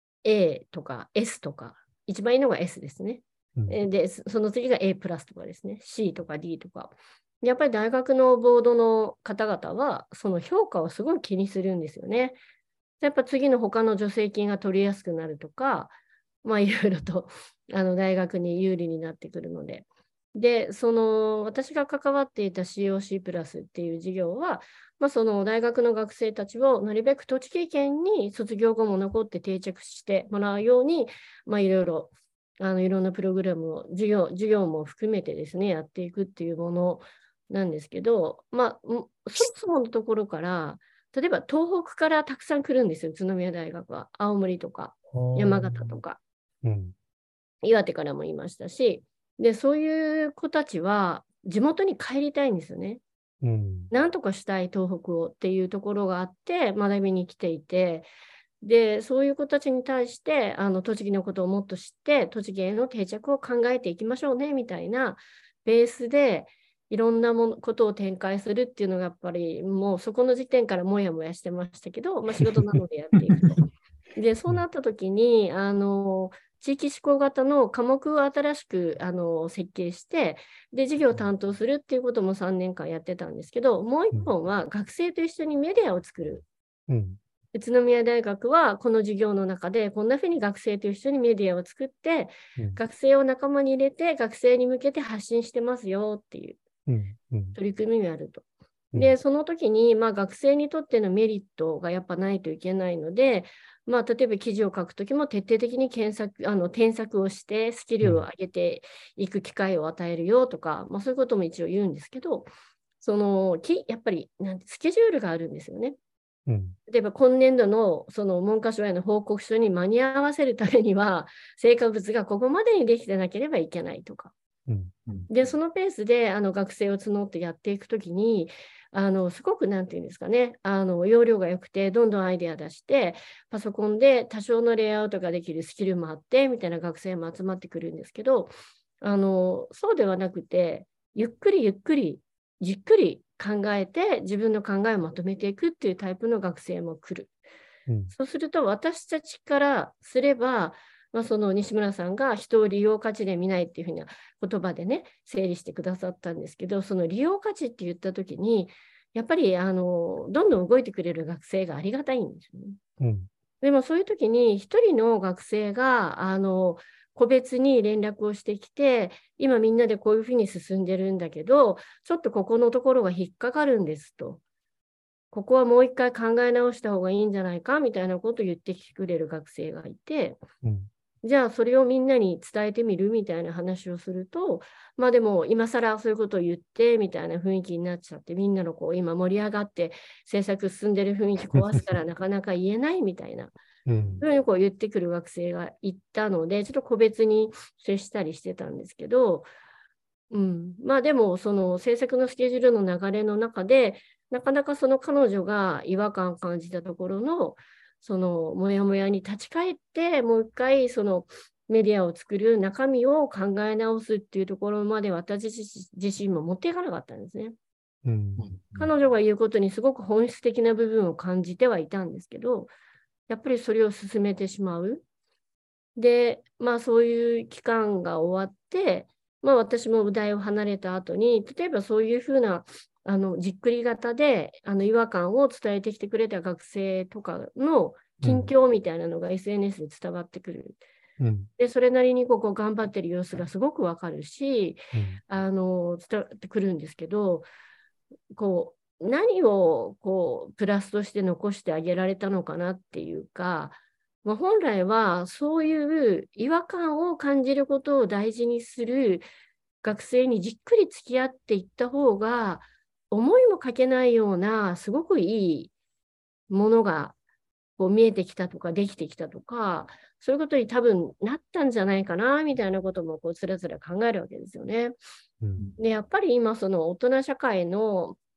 A とか S とか、一番いいのが S ですね。 うん。 で、その次が A プラスとかですね。C とか D とか。やっぱり大学のボードの方々は、その評価をすごい気にするんですよね。やっぱ次の他の助成金が取りやすくなるとか、まあいろいろとあの大学に有利になってくるので。で、その私が関わっていた シーオーシー プラスっていう事業は、まあ、その大学の学生たちをなるべく栃木県に卒業後も残って定着してもらうように、まあ、いろいろあのいろんなプログラムを授業、授業も含めてですね、やっていくっていうものなんですけど、まあ、そもそものところから、例えば東北からたくさん来るんですよ、宇都宮大学は。青森とか山形とか、 うん。 岩手からもいましたし、で、そういう子たちは地元に帰りたいんですよね。 うん。 なんとかしたい東北をっていうところがあって学びに来ていて、で、そういう子たちに対して、あの栃木のことをもっと知って、栃木への定着を考えていきましょうねみたいなベースで、いろんなものことを展開するっていうのが、やっぱりもうそこの時点からもやもやしてましたけど、まあ、仕事なのでやっていくと。で、そうなった時に、あの、地域志向型の科目を新しくあの設計して、で、授業を担当するっていうこともさんねんかんやってたんですけど、もう一本は学生と一緒にメディアを作る。 うん。 宇都宮大学はこの授業の中でこんなふうに学生と一緒にメディアを作って、 うん。 学生を仲間に入れて学生に向けて発信してますよっていううん。うん。 取り組みがあると。 うん。 で、その時に、まあ、学生にとってのメリットがやっぱないといけないので、まあ、例えば記事を書くときも徹底的に検索、あの添削をしてスキルを上げていく機会を与えるよとか、まあ、そういうことも一応言うんですけど、そのきやっぱりなんてスケジュールがあるんですよね。 うん。 例えば今年度のその文科省への報告書に間に合わせるためには、成果物がここまでにできてなければいけないとか。 うん。 で、そのペースであの学生を募ってやっていくときに、あのすごくなんていうんですかね、あの容量が良くて、どんどんアイデア出して、パソコンで多少のレイアウトができるスキルもあって、みたいな学生も集まってくるんですけど、あのそうではなくて、ゆっくりゆっくり、じっくり考えて、自分の考えをまとめていくっていうタイプの学生も来る。 うん。 そうすると、私たちからすれば、まあ、その西村さんが人を利用価値で見ないっていうふうな言葉でね、整理してくださったんですけど、その利用価値って言ったときに、やっぱりあのどんどん動いてくれる学生がありがたいんですよね。 うん。 でもそういうときに、一人の学生があの個別に連絡をしてきて、今みんなでこういうふうに進んでるんだけど、ちょっとここのところが引っかかるんですと。ここはもう一回考え直した方がいいんじゃないかみたいなことを言ってきてくれる学生がいて、 うん。 じゃあそれをみんなに伝えてみるみたいな話をすると、まあでも今更そういうことを言ってみたいな雰囲気になっちゃって、みんなのこう今盛り上がって制作進んでる雰囲気壊すからなかなか言えないみたいな、 うん。 そういうこう言ってくる学生がいたので、ちょっと個別に接したりしてたんですけど、うん、まあでもその制作のスケジュールの流れの中で、なかなかその彼女が違和感を感じたところの、そのモヤモヤに立ち返って、もう一回そのメディアを作る中身を考え直すっていうところまで私自身も持っていかなかったんですね。 うん。 彼女が言うことにすごく本質的な部分を感じてはいたんですけど、やっぱりそれを進めてしまう。で、まあそういう期間が終わって、まあ私も宇大を離れた後に、例えばそういうふうなあのじっくり型であの違和感を伝えてきてくれた学生とかの近況みたいなのが エスエヌエス で伝わってくる。 うん。 で、それなりにここ頑張ってる様子がすごくわかるし、 うん。 あの伝わってくるんですけど、こう何をこうプラスとして残してあげられたのかなっていうか、まあ、本来はそういう違和感を感じることを大事にする学生にじっくり付き合っていった方が、思いもかけないようなすごくいいものがこう見えてきたとかできてきたとか、そういうことに多分なったんじゃないかなみたいなこともこうつらつら考えるわけですよね。 うん。 でやっぱり今その大人社会の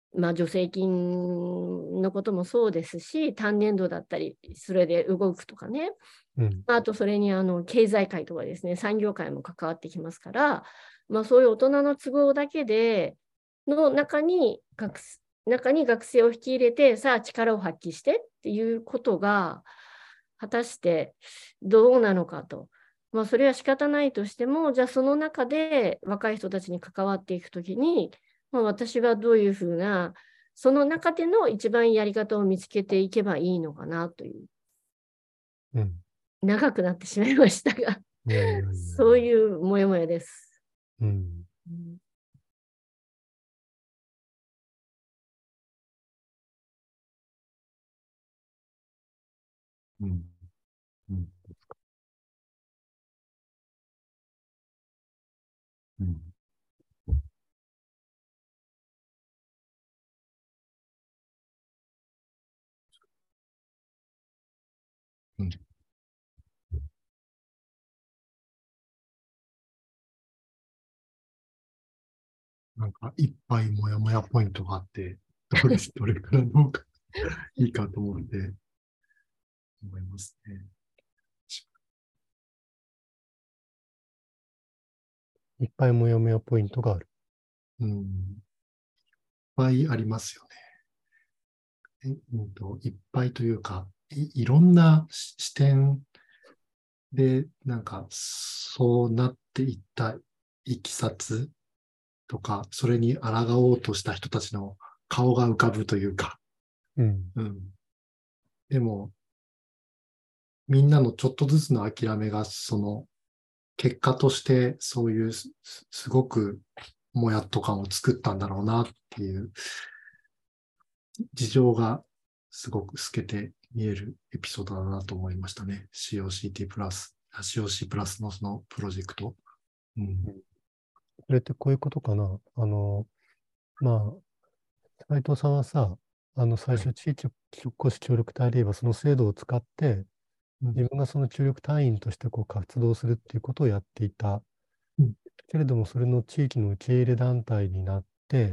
まあ、助成金のこともそうですし、単年度だったり、それで動くとかね、 うん、 あとそれにあの経済界とかですね、産業界も関わってきますから、まあ、そういう大人の都合だけでの中に学中に学生を引き入れて、さあ力を発揮してっていうことが、果たしてどうなのかと。まあ、それは仕方ないとしても、じゃあその中で若い人たちに関わっていくときに、まあ、私はどういうふうな、その中での一番やり方を見つけていけばいいのかなという、 うん。 長くなってしまいましたが、 いやいやいやいや。 そういうもやもやです。 うん。 うんうん。うん。うん。うん。なんか、いっぱいもやもやポイントがあって、どれ、どれからのがいいかと思って、思いますね。 いっぱいもやもやポイントがある。 うん。いっぱいありますよね。えうんと、いっぱいというか、い、いろんなし視点で、なんか、そうなっていったいきさつとか、それに抗おうとした人たちの顔が浮かぶというか、 うん。 うん。でも、みんなのちょっとずつの諦めが、その、結果としてそういうすすごくもやっと感を作ったんだろうなっていう事情がすごく透けて見えるエピソードだなと思いましたね。シーオーシーティー プラス、シーオーシー プラスのそのプロジェクト。うん。 それってこういうことかな。あの、まあ、斉藤さんはさ、あの、最はい。 初、地域おこし協力隊で言えば、その制度を使って、 うん。 自分がその協力隊員としてこう活動するっていうことをやっていた。 うん。 けれども、それの地域の受け入れ団体になって、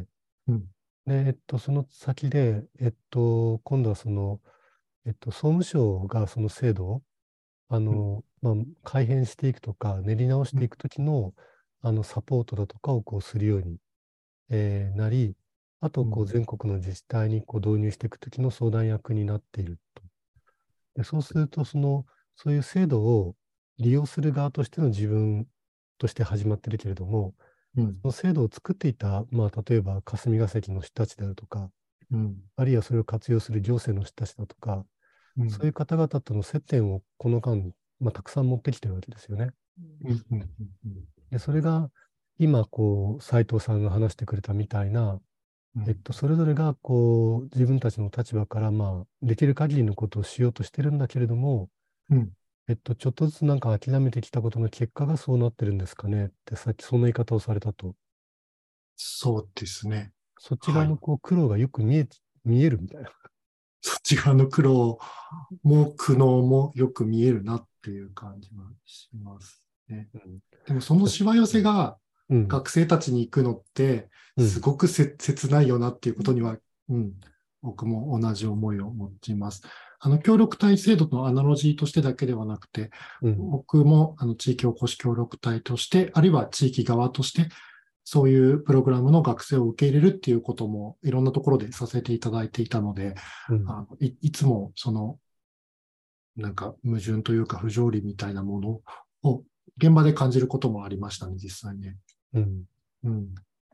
うん。 で、えっと、その先で、えっと、今度はその、えっと、総務省がその制度を、あうん。 の、まあ、改変していくとか、練り直しうん。 ていくときの、あの、サポートだとかをこうするように、えーなり、あと、こう、 うん。 全国の自治体にこう導入していくときの相談役になっていると。で、そうすると、その、そういう制度を利用する側としての自分として始まってるけれども、 うん。 その制度を作っていた、まあ、例えば霞が関の人たちであるとか、 うん。 あるいはそれを活用する行政の人たちだとか、 うん。 そういう方々との接点をこの間、まあ、たくさん持ってきてるわけですよね。 うん。うん。 で、それが今、こう、斉藤さんが話してくれたみたいな、 うん。 えっと、それぞれが、こう、自分たちの立場から、まあ、できる限りのことをしようとしてるんだけれども、 うん。 えっと、ちょっとずつなんか諦めてきたことの結果がそうなってるんですかねって、さっきそんな言い方をされたと。 そうですね。 そっちはい。 側のこう苦労がよく見え、見えるみたいな。 そっち側の苦労も苦悩もよく見えるなっていう感じがしますね。 うん。 でもそのしわ寄せがうん。 学生たちに行くのってうん。 すごくせ切ないよなっていうことには、うん、僕も同じ思いを持ちます。あの協力隊制度のアナロジーとしてだけではなくて、 うん。 僕もあの地域おこし協力隊として、あるいは地域側として、そういうプログラムの学生を受け入れるっていうこともいろんなところでさせていただいていたので、 うん。 あのいいつもそのなんか矛盾というか不条理みたいなものを現場で感じることもありましたね、実際ね。 うん。 うん。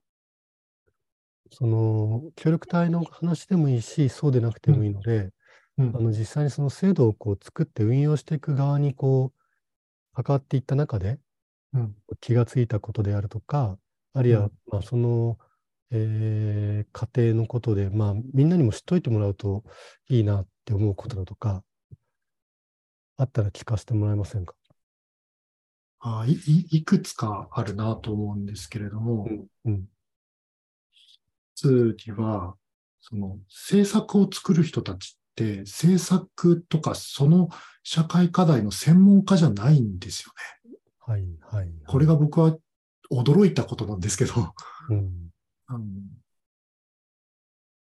その、協力隊の話でもいいし、そうでなくてうん。 もいいので、 うん。 あの、実際にその制度をこう作って運用していく側にこう、関わっていった中でうん。 気がついたことであるとか、あるいは、 うん。 まあ、その、えー、過程のことで、まあ、みんなにも知っといてもらうといいなって思うことだとか、あったら聞かせてもらえませんか？ あい、いいくつかあるなと思うんですけれども、 うん。うん。 つには、その政策を作る人たちって、政策とかその社会課題の専門家じゃないんですよね。 はい、はい、 こはい。 れが僕は驚いたことなんですけど、 うん。 あの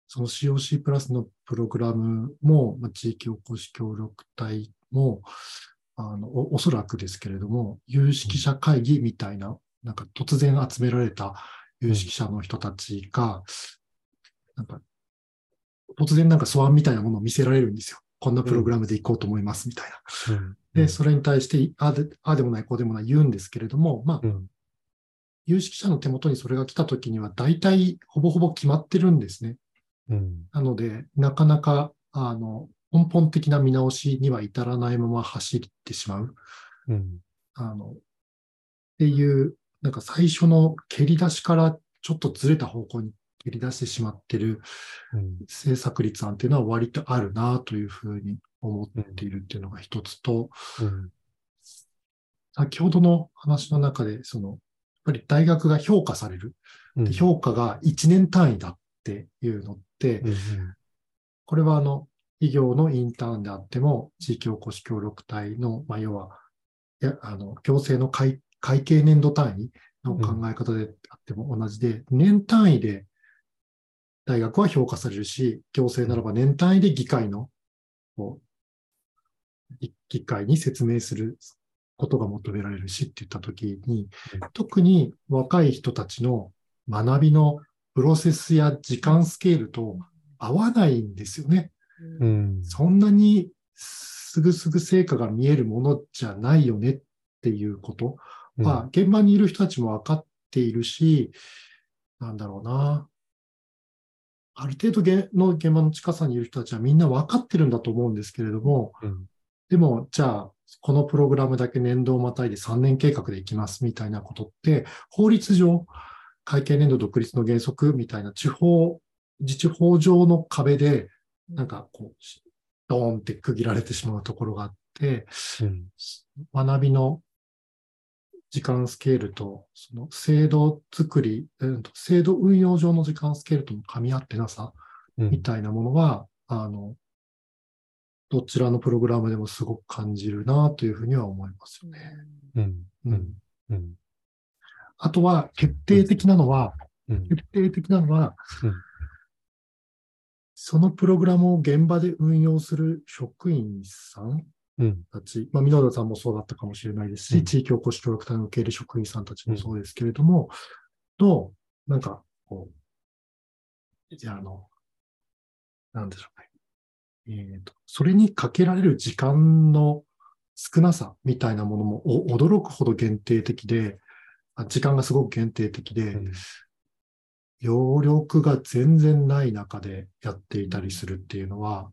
その シーオーシー プラスのプログラムも、まあ、地域おこし協力隊も、あのお、おそらくですけれども、有識者会議みたいな、なんか突然集められた有識者の人たちが、なんか突然なんか素案みたいなものを見せられるんですよ。こんなプログラムで行こうと思いますみたいな。 うん。 で、それに対して、ああで、ああでもない、こうでもない言うんですけれども、まあ、 うん。 有識者の手元にそれが来たときには、大体ほぼほぼ決まってるんですね。 うん。 なので、なかなか、あの、根本的な見直しには至らないまま走ってしまう。 うん。 あの、っていう、なんか最初の蹴り出しからちょっとずれた方向に蹴り出してしまってるうん。 政策立案っていうのは割とあるなというふうに思っているっていうのが一つと、 うん。 先ほどの話の中で、その、やっぱり大学が評価される。 うん。 で評価がいちねん単位だっていうのって、 うん。 これはあの、企業のインターンであっても、地域おこし協力隊の、まあ、要は、いやあの行政の会会計年度単位の考え方であっても同じで、年単位で大学は評価されるし、行政ならば年単位で議会の、こう議会に説明することが求められるしって言ったときに、特に若い人たちの学びのプロセスや時間スケールと合わないんですよね。 うん。 そんなにすぐすぐ成果が見えるものじゃないよねっていうことは、現場にいる人たちも分かっているし、なんだろうな。ある程度の現場の近さにいる人たちはみんな分かってるんだと思うんですけれども、 うん。 でも、じゃあ、このプログラムだけ年度をまたいでさんねん計画でいきますみたいなことって、法律上、会計年度独立の原則みたいな地方、自治法上の壁で、なんかこう、ドーンって区切られてしまうところがあって、 うん。 学びの時間スケールと、その制度作り、制度運用上の時間スケールとの噛み合ってなさみたいなものは、うん、あの、どちらのプログラムでもすごく感じるなというふうには思いますよね。 うんうんうん、 あとは、決定的なのは、 うん、 決定的なのは、 うん、 そのプログラムを現場で運用する職員さんたち、うん、まあ、箕田さんもそうだったかもしれないですし、うん、地域おこし協力隊の受け入れ職員さんたちもそうですけれども、うん、と、なんか、こう、じゃあ、あの、なんでしょうね。えーと、それにかけられる時間の少なさみたいなものも驚くほど限定的で、時間がすごく限定的で、うん、余力が全然ない中でやっていたりするっていうのは、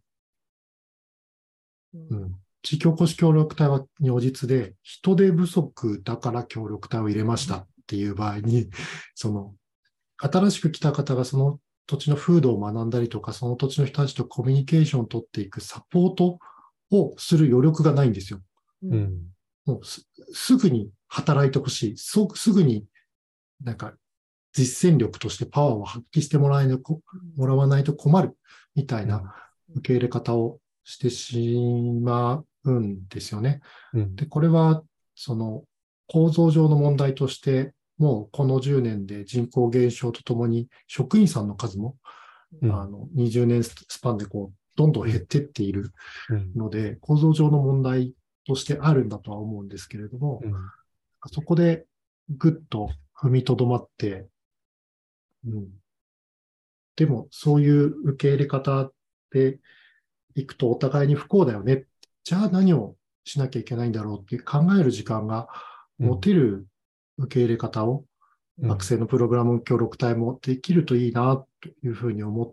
うん、地域おこし協力隊は如実で、人手不足だから協力隊を入れましたっていう場合に、その、新しく来た方がその土地の風土を学んだりとか、その土地の人たちとコミュニケーションを取っていくサポートをする余力がないんですよ。 うん、 もう す, すぐに働いてほしい。すぐになんか実践力としてパワーを発揮してもらえなもらわないと困るみたいな受け入れ方をしてしまうんですよね。 うん、 で、これはその構造上の問題として、もうこのじゅうねんで人口減少とともに職員さんの数も、うん、あのにじゅうねんスパンでこうどんどん減ってっているので、うん、構造上の問題としてあるんだとは思うんですけれども、うん、そこでぐっと踏みとどまって、うん、でもそういう受け入れ方でいくとお互いに不幸だよね。じゃあ何をしなきゃいけないんだろうって考える時間が持てる受け入れ方を、うん、学生のプログラム協力隊もできるといいなというふうに思って、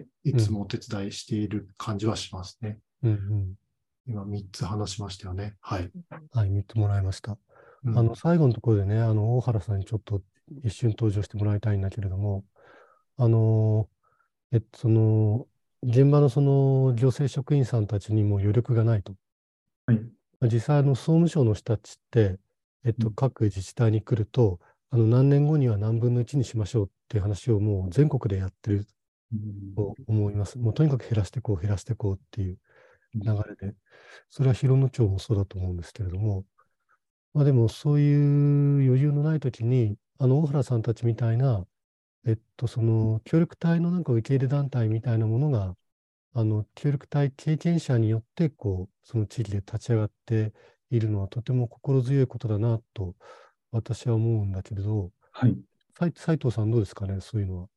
いつもお手伝いしている感じはしますね。 うんうん、 今みっつ話しましたよね。はい。 はい、みっつもらいました。 うん、 あの、最後のところでね、あの、大原さんにちょっと一瞬登場してもらいたいんだけれども、あの、えっと、その、現場のその行政職員さんたちにも余力がないと。 はい、 実際、あの、総務省の人たちって、えっと、各自治体に来ると、あの、何年後には何分のいちにしましょうっていう話をもう全国でやってると思います。もうとにかく減らしていこう、減らしていこうっていう流れで、それは広野町もそうだと思うんですけれども、まあでもそういう余裕のないときに、あの、大原さんたちみたいなえっと、その協力隊のなんか受け入れ団体みたいなものが、あの、協力隊経験者によって、こう、その地域で立ち上がっているのはとても心強いことだなと私は思うんだけれど、 はい。 斉斉藤さんどうですかね、そういうのは。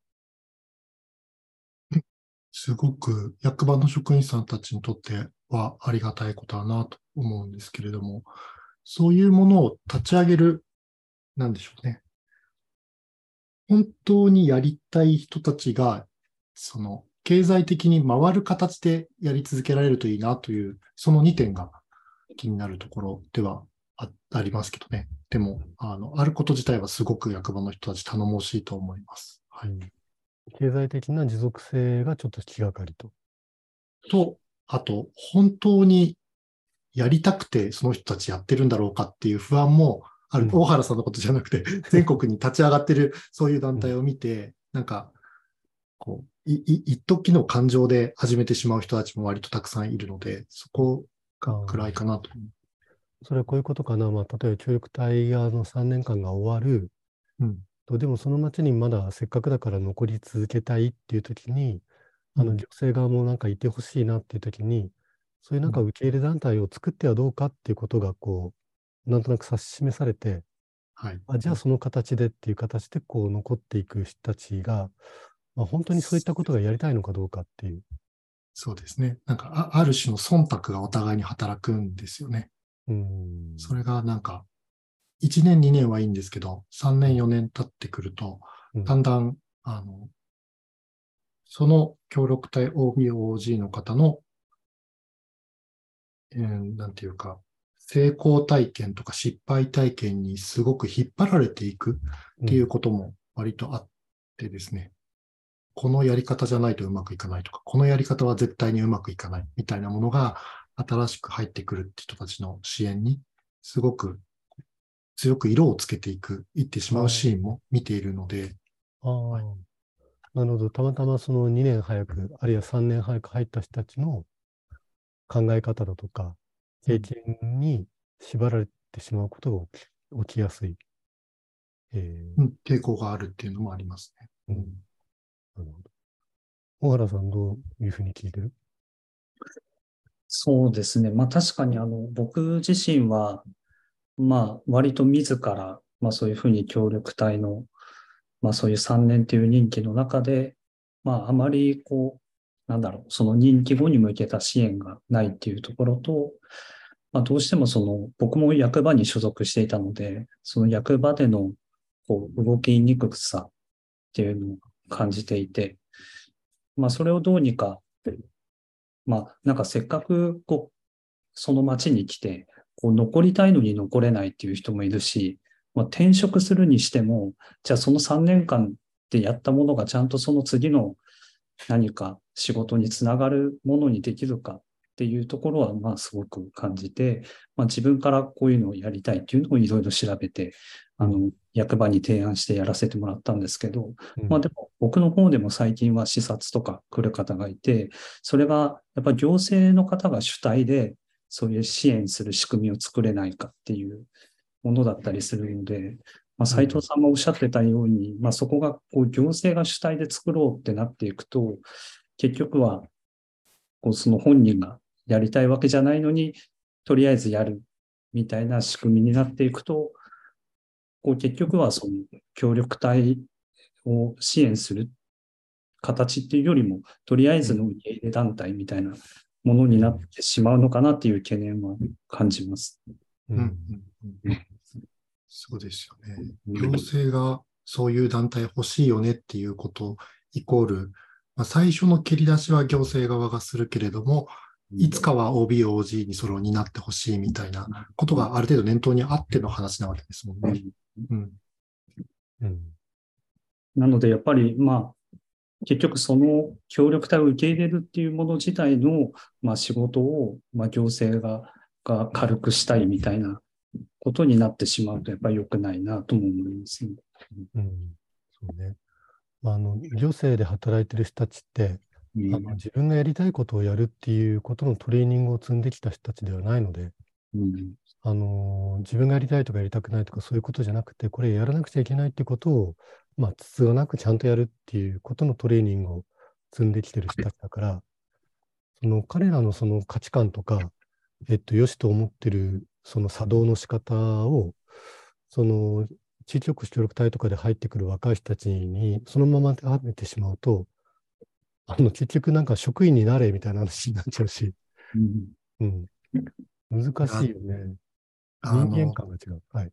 すごく役場の職員さんたちにとってはありがたいことだなと思うんですけれども、そういうものを立ち上げる、なんでしょうね。本当にやりたい人たちが、その、経済的に回る形でやり続けられるといいなという、そのにてんが気になるところではあ、ありますけどね。でも、あの、あること自体はすごく役場の人たち頼もしいと思います。はい。 うん、経済的な持続性がちょっと気がかりと。 と、あと、本当にやりたくてその人たちやってるんだろうかっていう不安もある。 うん大原さんのことじゃなくて、全国に立ち上がってるそういう団体を見て、なんか、こう、い、い、一時の感情で始めてしまう人たちも割とたくさんいるので、そこが暗いかなと。 それはこういうことかな。まあ、例えば協力隊があのさんねんかんが終わるうん。 と、でもその町にまだせっかくだから残り続けたいっていう時に、あうんの行政側もなんかいてほしいなっていう時に、そういうなんかうん受け入れ団体を作ってはどうかっていうことが、こう、なんとなく指し示されて、 はい。 あ、じゃあその形でっていう形でこう残っていく人たちが、まあ、本当にそういったことがやりたいのかどうかっていう。 そうですね。なんか、あ、ある種の忖度がお互いに働くんですよね。 うーん。 それがなんか、いちねん、にねんはいいんですけど、さんねん、 うんよねん経ってくると、 うんだんだん、あの、その協力隊 オービー、オージー の方の、えーなんていうか、成功体験とか失敗体験にすごく引っ張られていくっていうことも割とあってですね、このやり方じゃないとうまくいかないとか、このやり方は絶対にうまくいかないみたいなものが新しく入ってくるって人たちの支援にすごく強く色をつけていく、いってしまうシーンも見ているので、 ああ、 はいなるほど。たまたまそのにねん早く、あるいはさんねん早く入った人たちの考え方だとか、経験に縛られてしまうことが起き、起きやすい。えうん傾向があるっていうのもありますね。 ーうん、なるほど。小原さん、どういうふうに聞いてる？ そうですね。まあ確かにあの、僕自身は、まあ割と自ら、まあそういうふうに協力隊の、まあそういうさんねんという任期の中で、まああまりこう、なんだろう、その任期後に向けた支援がないっていうところと、まあどうしてもその、僕も役場に所属していたので、その役場でのこう動きにくさっていうのを感じていて、まあそれをどうにか、まあなんかせっかくこう、その町に来て、こう残りたいのに残れないっていう人もいるし、まあ、転職するにしても、じゃあそのさんねんかんでやったものがちゃんとその次の何か仕事につながるものにできるかっていうところは、まあすごく感じて、まあ自分からこういうのをやりたいっていうのをいろいろ調べて、あの、役場に提案してやらせてもらったんですけど、 うんまあでも僕の方でも最近は視察とか来る方がいて、それがやっぱ行政の方が主体で、そういう支援する仕組みを作れないかっていうものだったりするので、まあ、斉藤さんがおっしゃってたように、まあ、そこがこう行政が主体で作ろうってなっていくと、結局はこうその本人がやりたいわけじゃないのに、とりあえずやるみたいな仕組みになっていくと、こう結局はその協力隊を支援する形っていうよりも、とりあえずの受け入れ団体みたいなものになってしまうのかなっていう懸念は感じます。 ううんんうんうんそうですよね。行政がそういう団体欲しいよねっていうことイコール、まあ、最初の蹴り出しは行政側がするけれども、いつかは オービー、オージー にそれを担ってほしいみたいなことがある程度念頭にあっての話なわけですもんね。うんうんなので、やっぱり、まあ、結局その協力隊を受け入れるっていうもの自体の、まあ、仕事を、まあ、行政が、が軽くしたいみたいなことになってしまうと、やっぱり良くないなとも思いますね。 うんそうね。まあ、あの行政で働いてる人たちって、 うんあの自分がやりたいことをやるっていうことのトレーニングを積んできた人たちではないので、 うんあの自分がやりたいとかやりたくないとかそういうことじゃなくて、これやらなくちゃいけないっていうことをまあ、つつがなくちゃんとやるっていうことのトレーニングを積んできてる人たちだから、その彼らのその価値観とか、えっと、良しと思ってるその作動の仕方を、その地域おこし協力隊とかで入ってくる若い人たちにそのまま当てはめてしまうと、あの結局なんか職員になれみたいな話になっちゃうし、 うん、 うん、難しいよね。人間あの、 観が違う。はい。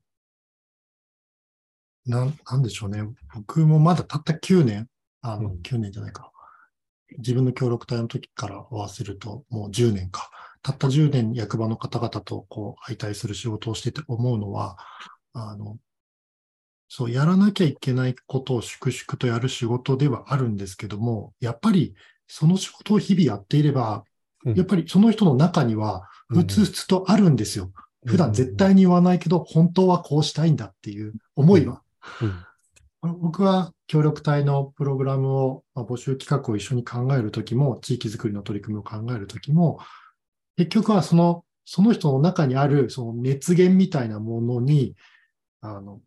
なん、なんでしょうね。僕もまだたったきゅうねん、あの、 うんきゅうねんじゃないか。自分の協力隊の時から合わせると、もうじゅうねんか。たったじゅうねん役場の方々とこう相対する仕事をしてて思うのは、あの、そう、やらなきゃいけないことを粛々とやる仕事ではあるんですけども、やっぱりその仕事を日々やっていれば、 うんやっぱりその人の中には、ふつふつとあるんですよ。普段絶対に言わないけど、本当はこうしたいんだっていう思いは。 うん僕は協力隊のプログラムを、まあ募集企画を一緒に考えるときも、地域づくりの取り組みを考えるときも、結局はその、その人の中にあるその熱源みたいなものに、あの、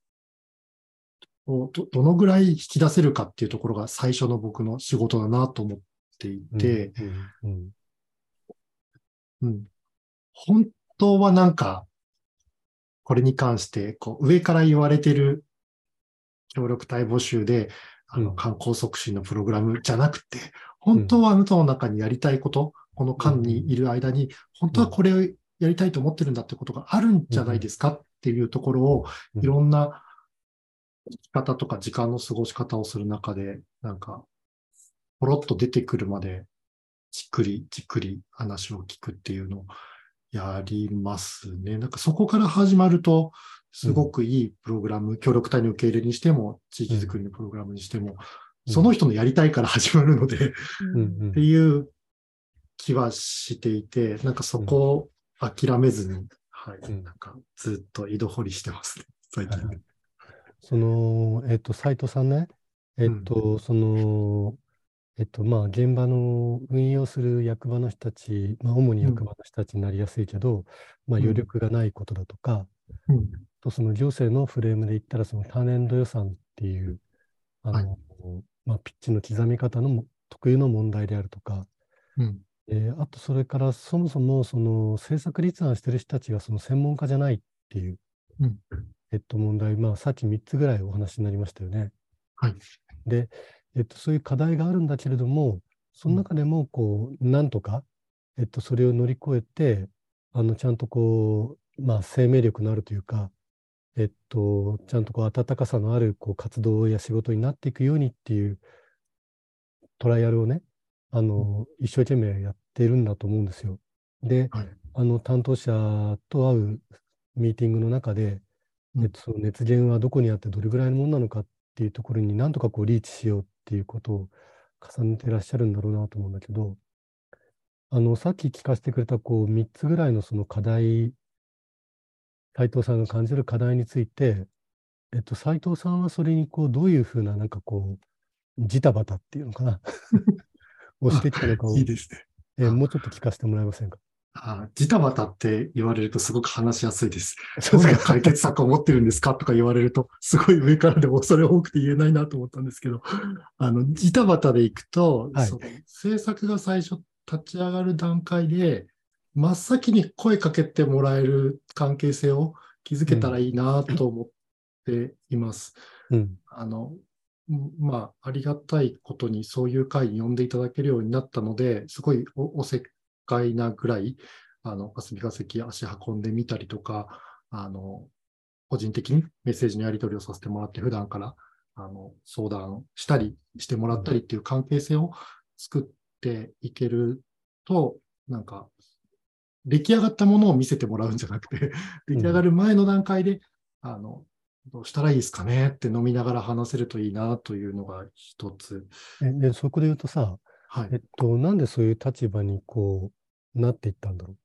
をど、どのぐらい引き出せるかっていうところが最初の僕の仕事だなと思っていて、 うんうんうん、本当はなんか、これに関して、こう、上から言われてる協力隊募集で、あの、 うん観光促進のプログラムじゃなくて、 うん本当はあなたの中にやりたいこと、この間にいる間に、本当はこれをやりたいと思ってるんだってことがあるんじゃないですかっていうところを、いろんな生き方とか時間の過ごし方をする中で、なんか、ポロッと出てくるまで、じっくりじっくり話を聞くっていうのをやりますね。なんかそこから始まると、すごくいいプログラム、協力隊の受け入れにしても、地域づくりのプログラムにしても、その人のやりたいから始まるので、っていう気はしていて、なんかそこを諦めずに、はい、なんかずっと井戸掘りしてますね、最近。 はい、その、えっと、斉藤さんね、えっと、うん、その、えっと、まあ、現場の運用する役場の人たち、まあ、主に役場の人たちになりやすいけど、うん、まあ、余力がないことだとか、うん、とその行政のフレームで言ったら、その単年度予算っていう、あの、はい、まあ、ピッチの刻み方の特有の問題であるとか、うんえー、あと、それからそもそもその政策立案してる人たちがその専門家じゃないっていう、うんえっと、問題、まあ、さっきみっつぐらいお話になりましたよね。 はい、 で、えっと、そういう課題があるんだけれども、その中でもこう、なんとか、えっと、それを乗り越えて、あのちゃんとこう、まあ、生命力のあるというか、えっと、ちゃんとこう温かさのあるこう活動や仕事になっていくようにっていうトライアルをね、あの、一生懸命やってるんだと思うんですよ。で、はい、あの担当者と会うミーティングの中で、えっと、その熱源はどこにあってどれぐらいのものなのかっていうところになんとかこうリーチしようっていうことを重ねてらっしゃるんだろうなと思うんだけど、あの、さっき聞かせてくれたこうみっつぐらいのその課題、斉藤さんが感じる課題について、えっと、斉藤さんはそれにこうどういうふうななんかこう、ジタバタっていうのかなをしてきたのかをいいですね。 えー、もうちょっと聞かせてもらえませんか。 あジタバタって言われるとすごく話しやすいです。どんな解決策を持ってるんですかとか言われると、すごい上からでも恐れ多くて言えないなと思ったんですけど、あの、ジタバタでいくと、はい、その政策が最初立ち上がる段階で、真っ先に声かけてもらえる関係性を築けたらいいなと思っています。うん、あの、まあ、ありがたいことにそういう会に呼んでいただけるようになったので、すごいお、おせっかいなぐらい、あの、霞が関足運んでみたりとか、あの、個人的にメッセージのやり取りをさせてもらって、普段から、あの、相談したりしてもらったりっていう関係性を作っていけると、なんか、出来上がったものを見せてもらうんじゃなくて、出来上がる前の段階で、うん、あの、どうしたらいいですかねって飲みながら話せるといいなというのが一つ。 えでそこで言うとさ、はい、えっと、なんでそういう立場にこうなっていったんだろう。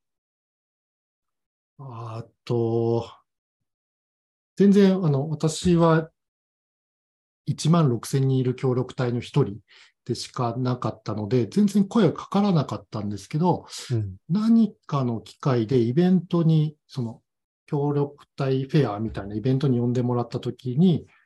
あと、全然、あの、私はいちまんろくせんにんいる協力隊の一人でしかなかったので、全然声がかからなかったんですけど、うん、何かの機会でイベントに、その、協力隊フェアみたいなイベントに呼んでもらったときに、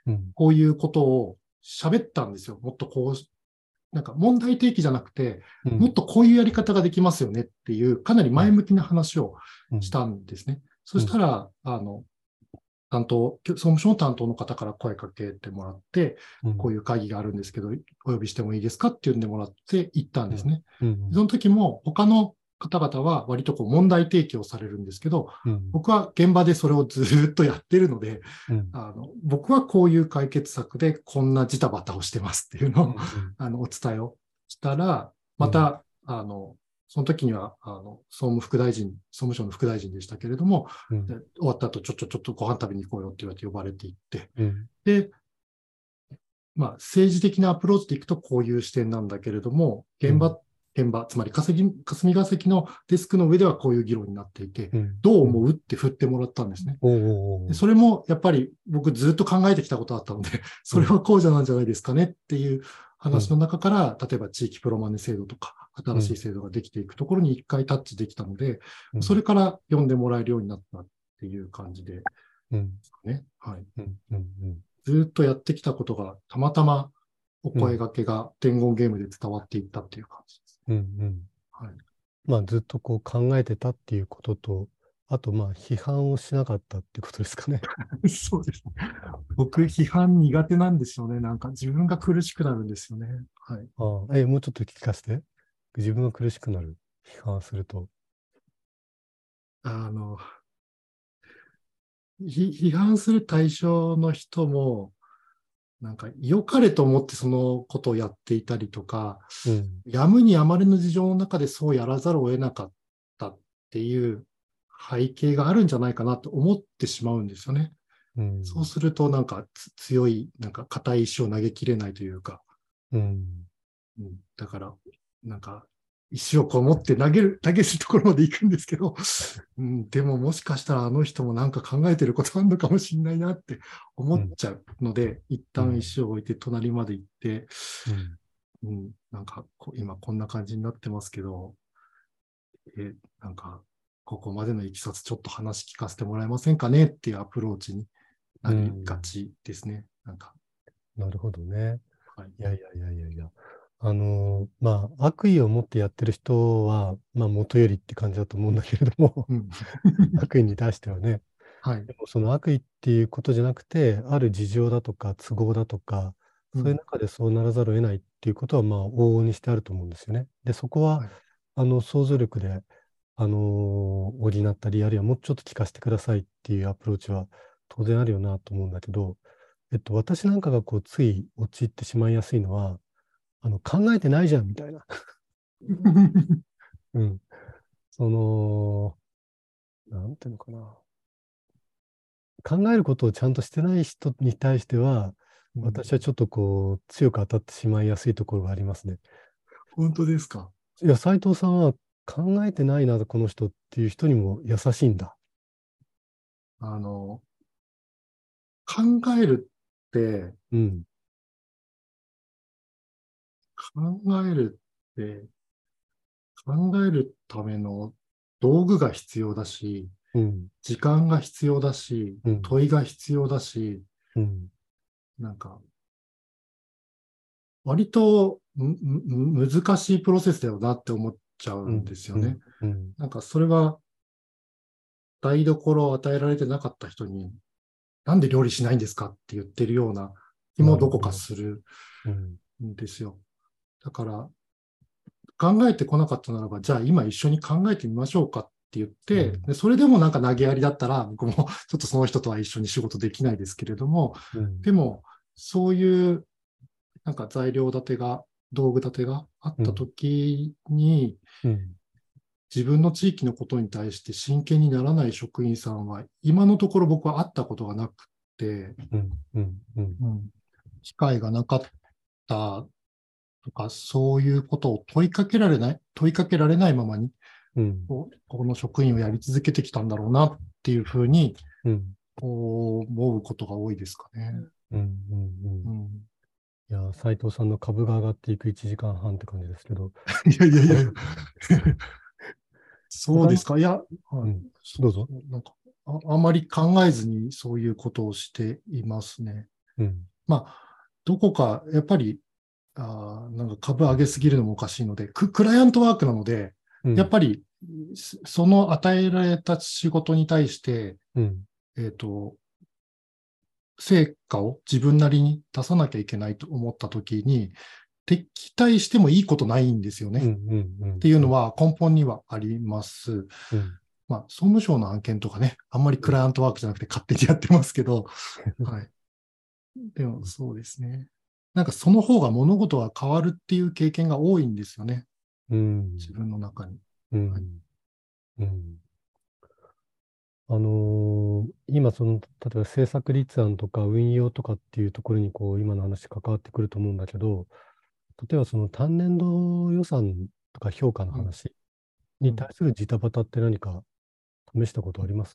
うん。 こういうことを喋ったんですよ。もっとこう、なんか問題提起じゃなくて、 うん。 もっとこういうやり方ができますよねっていう、かなり前向きな話をうんしたんですね。そしたら、あの、担当、総務省の担当の方から声かけてもらって、 うんこういう会議があるんですけど、お呼びしてもいいですかって言うんでもらって行ったんですね。 うんその時も他の方々は割とこう問題提起をされるんですけど、 うん僕は現場でそれをずーっとやってるので、 うんあの僕はこういう解決策でこんなジタバタをしてますっていうのを、あのお伝えをしたら、また、あの、その時には、あの、総務副大臣、総務省の副大臣でしたけれども、 うんで終わった後、ちょっとちょっとご飯食べに行こうよって言われて呼ばれて行って、 うんで、まあ、政治的なアプローチでいくとこういう視点なんだけれども、現場、現場、つまり霞霞が関のデスクの上ではこういう議論になっていて、 うんどう思うって振ってもらったんですね。 おうおうおうでそれもやっぱり僕ずっと考えてきたことだったので、それはこうじゃなんじゃないですかねっていう話の中から、例えば地域プロマネ制度とか、新しい制度ができていくところに一回タッチできたので、 うんそれから読んでもらえるようになったっていう感じでうんね。はい。 うんうんうんずっとやってきたことが、たまたまお声掛けが伝言ゲームで伝わっていったっていう感じです。 うんうんはい。 まあずっとこう考えてたっていうことと、あとまあ批判をしなかったっていうことですかね。 そうですね。僕、批判苦手なんですよね。なんか自分が苦しくなるんですよね。はい。 ああ、え、もうちょっと聞かせて。自分が苦しくなる。批判すると。 あの、ひ批判する対象の人も、なんか良かれと思ってそのことをやっていたりとか、 うん。 やむにやまれぬ事情の中でそうやらざるを得なかったっていう背景があるんじゃないかなと思ってしまうんですよね。 うん。 そうするとなんかつ強い、なんか硬い石を投げきれないというか、 うん。 うん、だから、なんか石をこう持って投げる、投げるところまで行くんですけど、うん、でももしかしたらあの人もなんか考えてることあるのかもしれないなって思っちゃうので、一旦石を置いて隣まで行って、 うん。 うん、なんかこ今こんな感じになってますけど、え、なんかここまでのいきさつちょっと話聞かせてもらえませんかねっていうアプローチになりがちですね。なんか。 なるほどね。 はい。 いやいやいやいやいや。あのーまあ、悪意を持ってやってる人は、まあ、元よりって感じだと思うんだけれども、 うん、 悪意に対してはね。 はい。 でもその悪意っていうことじゃなくて、ある事情だとか都合だとか、 うんそういう中でそうならざるを得ないっていうことは、まあ、往々にしてあると思うんですよね。で、そこは、 はいあの、想像力で、あのー補ったり、あるいはもうちょっと聞かせてくださいっていうアプローチは当然あるよなと思うんだけど、えっと、私なんかがこう、つい陥ってしまいやすいのは、あの、考えてないじゃんみたいな。うん。その、なんていうのかな。考えることをちゃんとしてない人に対しては、私はちょっとこう、強く当たってしまいやすいところがありますね。 本当ですか。 いや、斉藤さんは考えてないな、この人っていう人にも優しいんだ。 あの、考えるって、 うん。 考えるって、考えるための道具が必要だし、 うん。 時間が必要だし、 うん問いが必要だし、 うん。 なんか、割とむむ難しいプロセスだよなって思っちゃうんですよね。 うん。うん。 なんかそれは台所を与えられてなかった人に、なんで料理しないんですかって言ってるような気もどこかするうん。 んですよ。だから考えてこなかったならば、じゃあ今一緒に考えてみましょうかって言って、 うんでそれでもなんか投げやりだったら、僕もちょっとその人とは一緒に仕事できないですけれども、 うん。 でもそういうなんか材料立てが、道具立てがあったときに、 うん。 自分の地域のことに対して真剣にならない職員さんは、今のところ僕は会ったことがなくて、 うん。うん。うん。 うん、機会がなかったとか、そういうことを問いかけられない、問いかけられないままに、 うん。 ここの職員をやり続けてきたんだろうなっていうふうに、 うん。 こう思うことが多いですかね。 うん。うん。 うん、 いや、斉藤さんの株が上がっていくいちじかんはんって感じですけど。 いやいやいや。そうですか。いや、はい、 うん、どうぞ。 なんかあ。あまり考えずにそういうことをしていますね。 うん。 まあ、どこか、やっぱり、あーなんか株上げすぎるのもおかしいので、ク、クライアントワークなので、 うん。 やっぱり、そその与えられた仕事に対して、 うん。 えっと、成果を自分なりに出さなきゃいけないと思ったときに、敵対してもいいことないんですよね。 うん。 っうん。うん。 ていうのは根本にはあります。 うん。 まあ、総務省の案件とかね、あんまりクライアントワークじゃなくて勝手にやってますけど、はい。でもそうですね。なんかその方が物事が変わるっていう経験が多いんですよね。 うん。 自分の中に。 うはいん。うん。あのー今その、例えば政策立案とか運用とかっていうところにこう、今の話関わってくると思うんだけど、例えばその単年度予算とか評価のうん話うんに対するジタバタって何か試したことあります？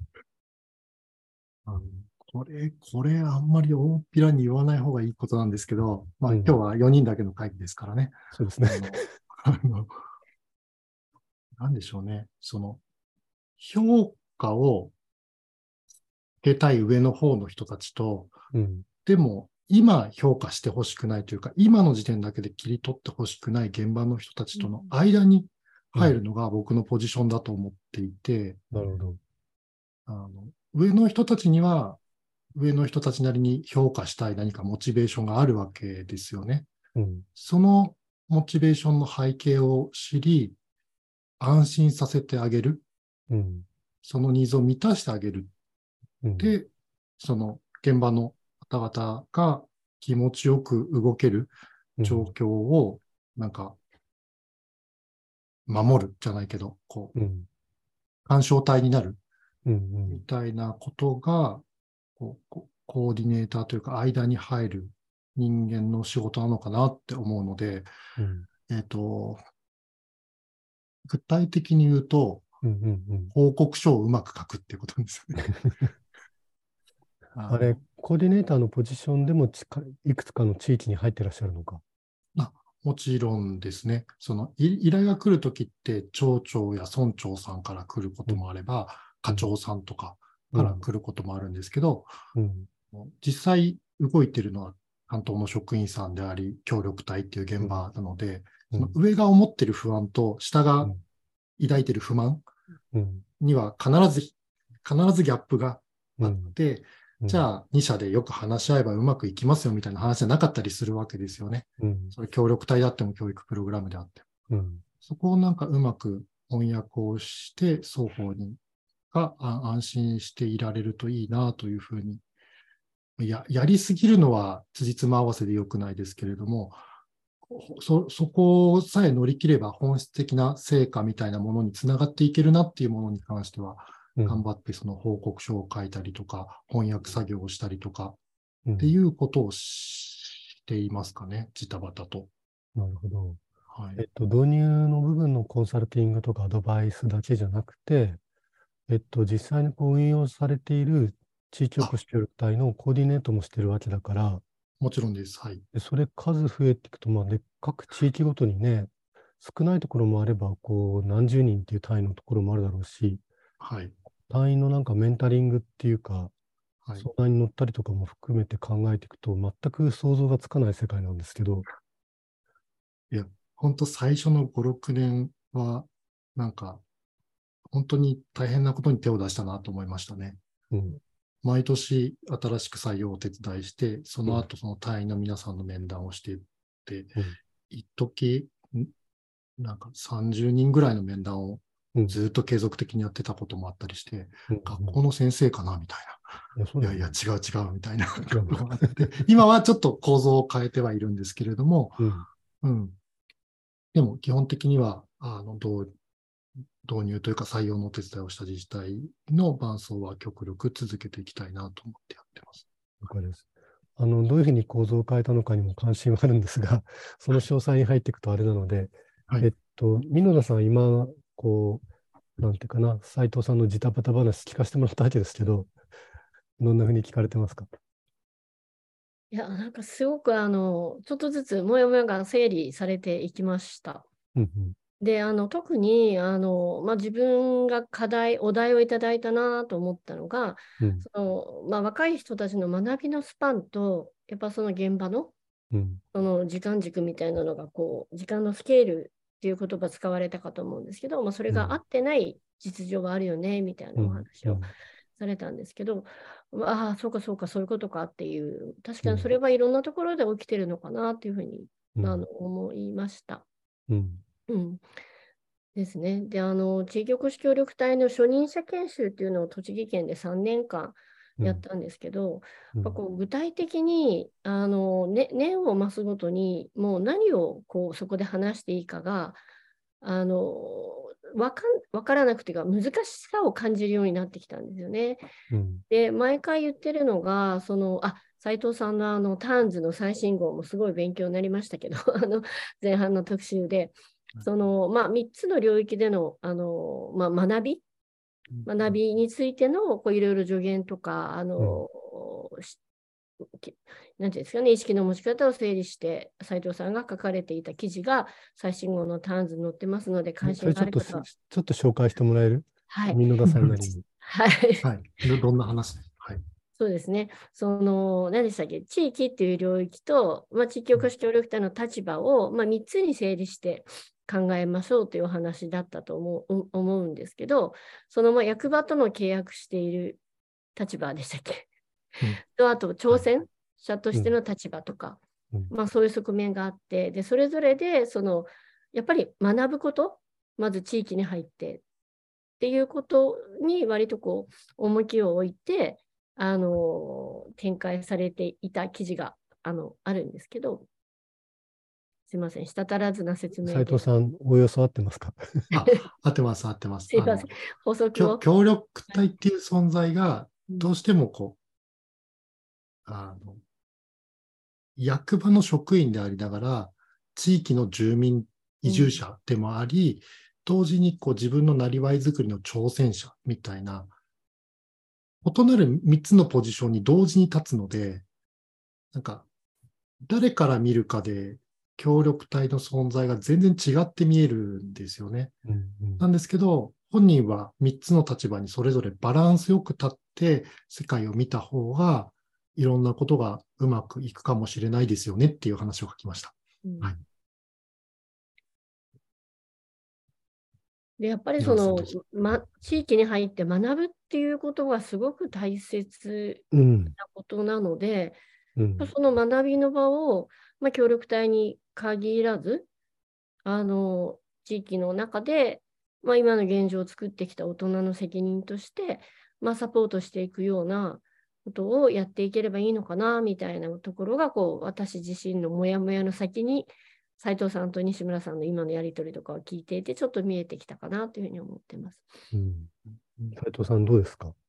あのこれ、これあんまり大っぴらに言わない方がいいことなんですけど、まあうん。 今日はよにんだけの会議ですからね。 そうですね。 あの、あの、なんでしょうね。その、評価を受けたい上の方の人たちと、 うん。 でも今評価してほしくないというか、今の時点だけで切り取ってほしくない現場の人たちとの間に入るのが僕のポジションだと思っていて、 なるほど。 あの上の人たちには上の人たちなりに評価したい何かモチベーションがあるわけですよね。 うん。 そのモチベーションの背景を知り、安心させてあげる。 うん。 そのニーズを満たしてあげる。 うん。 で、その現場の方々が気持ちよく動けるうん。 状況を、なんか、守るじゃないけど、こう、 うん。 干渉体になるうん。うみん。 たいなことが、こうこコーディネーターというか、間に入る人間の仕事なのかなって思うので、 うん。 えっと、具体的に言うと、 うん。うん。 報告書をうまく書くっていうことなんですよね。ああれ、 のコーディネーターのポジションでもちかいくつかの地域に入ってらっしゃるのか。 あもちろんですね。そのい依頼が来るときって、町長や村長さんから来ることもあれば、課長さんとかから来ることもあるんですけど、 うん。 実際動いているのは担当の職員さんであり、協力隊っていう現場なので、 うん。 その上が思っている不安と下がうん。 抱いている不満うん。 には必ず、必ずギャップがあって、 うん。 じゃあに社でよく話し合えばうまくいきますよみたいな話じゃなかったりするわけですよね。 うん。 それ協力隊であっても教育プログラムであっても。 うん。 そこをなんかうまく翻訳をして、双方にがあ安心していられるといいなというふうに。や、やりすぎるのは辻褄合わせで良くないですけれども、そ、そこさえ乗り切れば本質的な成果みたいなものにつながっていけるなっていうものに関しては、 うん。 頑張ってその報告書を書いたりとか、翻訳作業をしたりとかうん。 っていうことをしていますかね、ジタバタと。 なるほど。 はい。 えっと、導入の部分のコンサルティングとかアドバイスだけじゃなくて、えっと、実際にこう運用されている地域おこあ、 し協力隊のコーディネートもしてるわけだから、 もちろんです。はい。 でそれ数増えていくと、まあね、各地域ごとにね、少ないところもあれば、こう、何十人っていう単位のところもあるだろうし、 はい。 単位のなんかメンタリングっていうか、 はい。 相談に乗ったりとかも含めて考えていくと、全く想像がつかない世界なんですけど、 いや、本当最初のご、ろくねんは、なんか、本当に大変なことに手を出したなと思いましたね。 うん、 毎年新しく採用をお手伝いして、そのうん、 後その隊員の皆さんの面談をしていって、 うん、 一時んなんかさんじゅうにんぐらいの面談をうん、 ずっと継続的にやってたこともあったりして、 うん、 学校の先生かなみたいいや、そうな。いやだよね。 いや、違う違うみたいな違うことがあって、今はちょっと構造を変えてはいるんですけれども、 うん、 うん。でも基本的には、あの、導導入というか採用のお手伝いをした自治体の伴走は極力続けていきたいなと思ってやってます。 了解です。あの、どういうふうに構造を変えたのかにも関心はあるんですが、その詳細に入っていくとあれなので、 はい。 えっと、箕田さんは今、こう、なんていうかな、斉藤さんのジタバタ話聞かせてもらったわけですけど、どんなふうに聞かれてますか？ いや、なんかすごくあの、ちょっとずつもやもやが整理されていきました。 うんで、あの特にあの、まあ、自分が課題、お題をいただいたなと思ったのが、 うんそのまあ、若い人たちの学びのスパンと、やっぱその現場の、 うんその時間軸みたいなのがこう、時間のスケールっていう言葉使われたかと思うんですけど、まあ、それが合ってない実情があるよねみたいなおうん話をうんされたんですけど、ああ、そうかそうか、そういうことかっていう、確うんかにそれはいろんなところで起きてるのかなっていうふうに、 うんあの思いました。 うんうんですね。で、あの、地域おこし協力隊の初任者研修っていうのを栃木県でさんねんかんやったんですけど、 うんやっぱこう具体的に、あの、ね、年を増すごとに、もう何をこうそこで話していいかが、あの、わかん、わからなくてか、難しさを感じるようになってきたんですよね。 うんで、毎回言ってるのが、その、あ、斉藤さんのあの、ターンズの最新号もすごい勉強になりましたけど、あの、前半の特集で、その、まあ、みっつの領域での、あの、まあ、学び、学びについての、こう、いろいろ助言とか、あの、しなんていうんですかね、意識の持ち方を整理して、斉藤さんが書かれていた記事が最新号のターンズに載ってますので、関心それちょっとす、 がある方は、 ちょっと紹介してもらえる？ はい。 箕田さんなりに。 はい。 はい。ど、どんな話ですか？はい。 そうですね。その、何でしたっけ、地域っていう領域と、まあ、地域おこし協力隊の立場を、まあ、みっつに整理して考えましょうというお話だったと思う、思うんですけど、そのまあ役場との契約している立場でしたっけ、 うん、 と、あと挑戦者としての立場とか、 うんまあ、そういう側面があって、で、それぞれで、その、やっぱり学ぶこと、まず地域に入ってっていうことに割とこう、重きを置いて、あの、展開されていた記事が、あの、あるんですけど、すいません、した足らずな説明で。 斉藤さん、おおよそ合ってますか？ あ、合ってます、合ってます。 すいません、補足協を。 協力隊っていう存在が、どうしてもこう、あの、役場の職員でありながら、地域の住民、移住者でもあり、うん、同時にこう自分のなりわいづくりの挑戦者みたいな、異なるみっつのポジションに同時に立つので、なんか、誰から見るかで協力隊の存在が全然違って見えるんですよね。 うんうん、 なんですけど、本人はみっつの立場にそれぞれバランスよく立って世界を見た方が、いろんなことがうまくいくかもしれないですよねっていう話を書きました。うん、はい。 で、やっぱりその、ま、地域に入って学ぶっていうことがすごく大切なことなので、うんうん、その学びの場を、まあ、協力隊に限らず、あの、地域の中で、まあ、今の現状を作ってきた大人の責任として、まあ、サポートしていくようなことをやっていければいいのかな、みたいなところが、こう、私自身のモヤモヤの先に、斉藤さんと西村さんの今のやり取りとかを聞いていて、ちょっと見えてきたかなというふうに思ってます。 うん、斉藤さん、どうですか？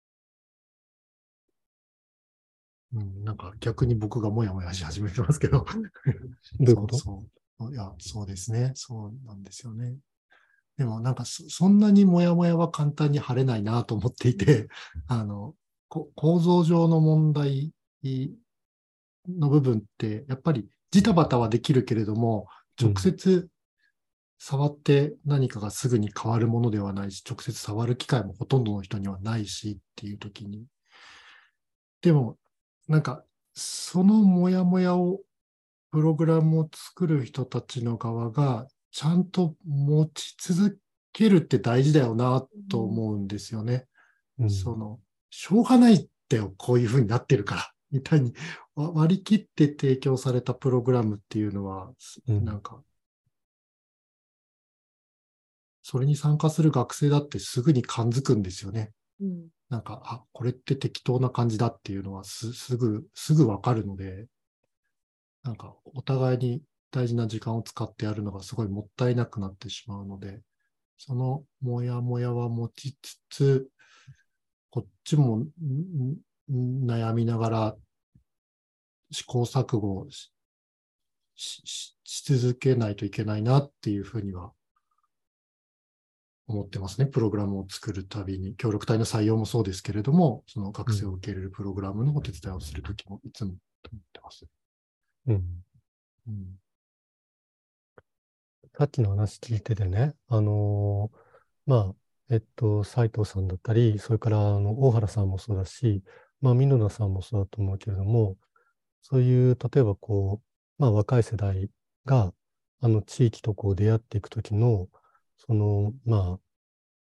うん、なんか逆に僕がもやもやし始めてますけど。 どういうこと？ そうそういや、そうですね。そうなんですよね。でもなんか そ, そんなにもやもやは簡単に晴れないなと思っていて、あの、構造上の問題の部分って、やっぱりジタバタはできるけれども、直接触って何かがすぐに変わるものではないし、直接触る機会もほとんどの人にはないしっていう時に。でも、なんか、そのモヤモヤを、プログラムを作る人たちの側が、ちゃんと持ち続けるって大事だよなと思うんですよね。うん、その、しょうがないってよ、こういう風になってるから、みたいに割り切って提供されたプログラムっていうのは、うん、なんか、それに参加する学生だってすぐに感づくんですよね。うん、なんか、あ、これって適当な感じだっていうのはす、すぐ、すぐわかるので、なんか、お互いに大事な時間を使ってやるのがすごいもったいなくなってしまうので、そのもやもやは持ちつつ、こっちも悩みながら試行錯誤し、し、し続けないといけないなっていうふうには思ってますね。プログラムを作るたびに、協力隊の採用もそうですけれども、その学生を受け入れるプログラムのお手伝いをするときもいつも思ってます。 うん。 うん、 さっきの話聞いててね、あのーまあ、えっと、斉藤さんだったり、それからあの大原さんもそうだし、まあ、箕野さんもそうだと思うけれども、そういう、例えばこう、まあ、若い世代が、あの、地域とこう出会っていくときの、その、まあ、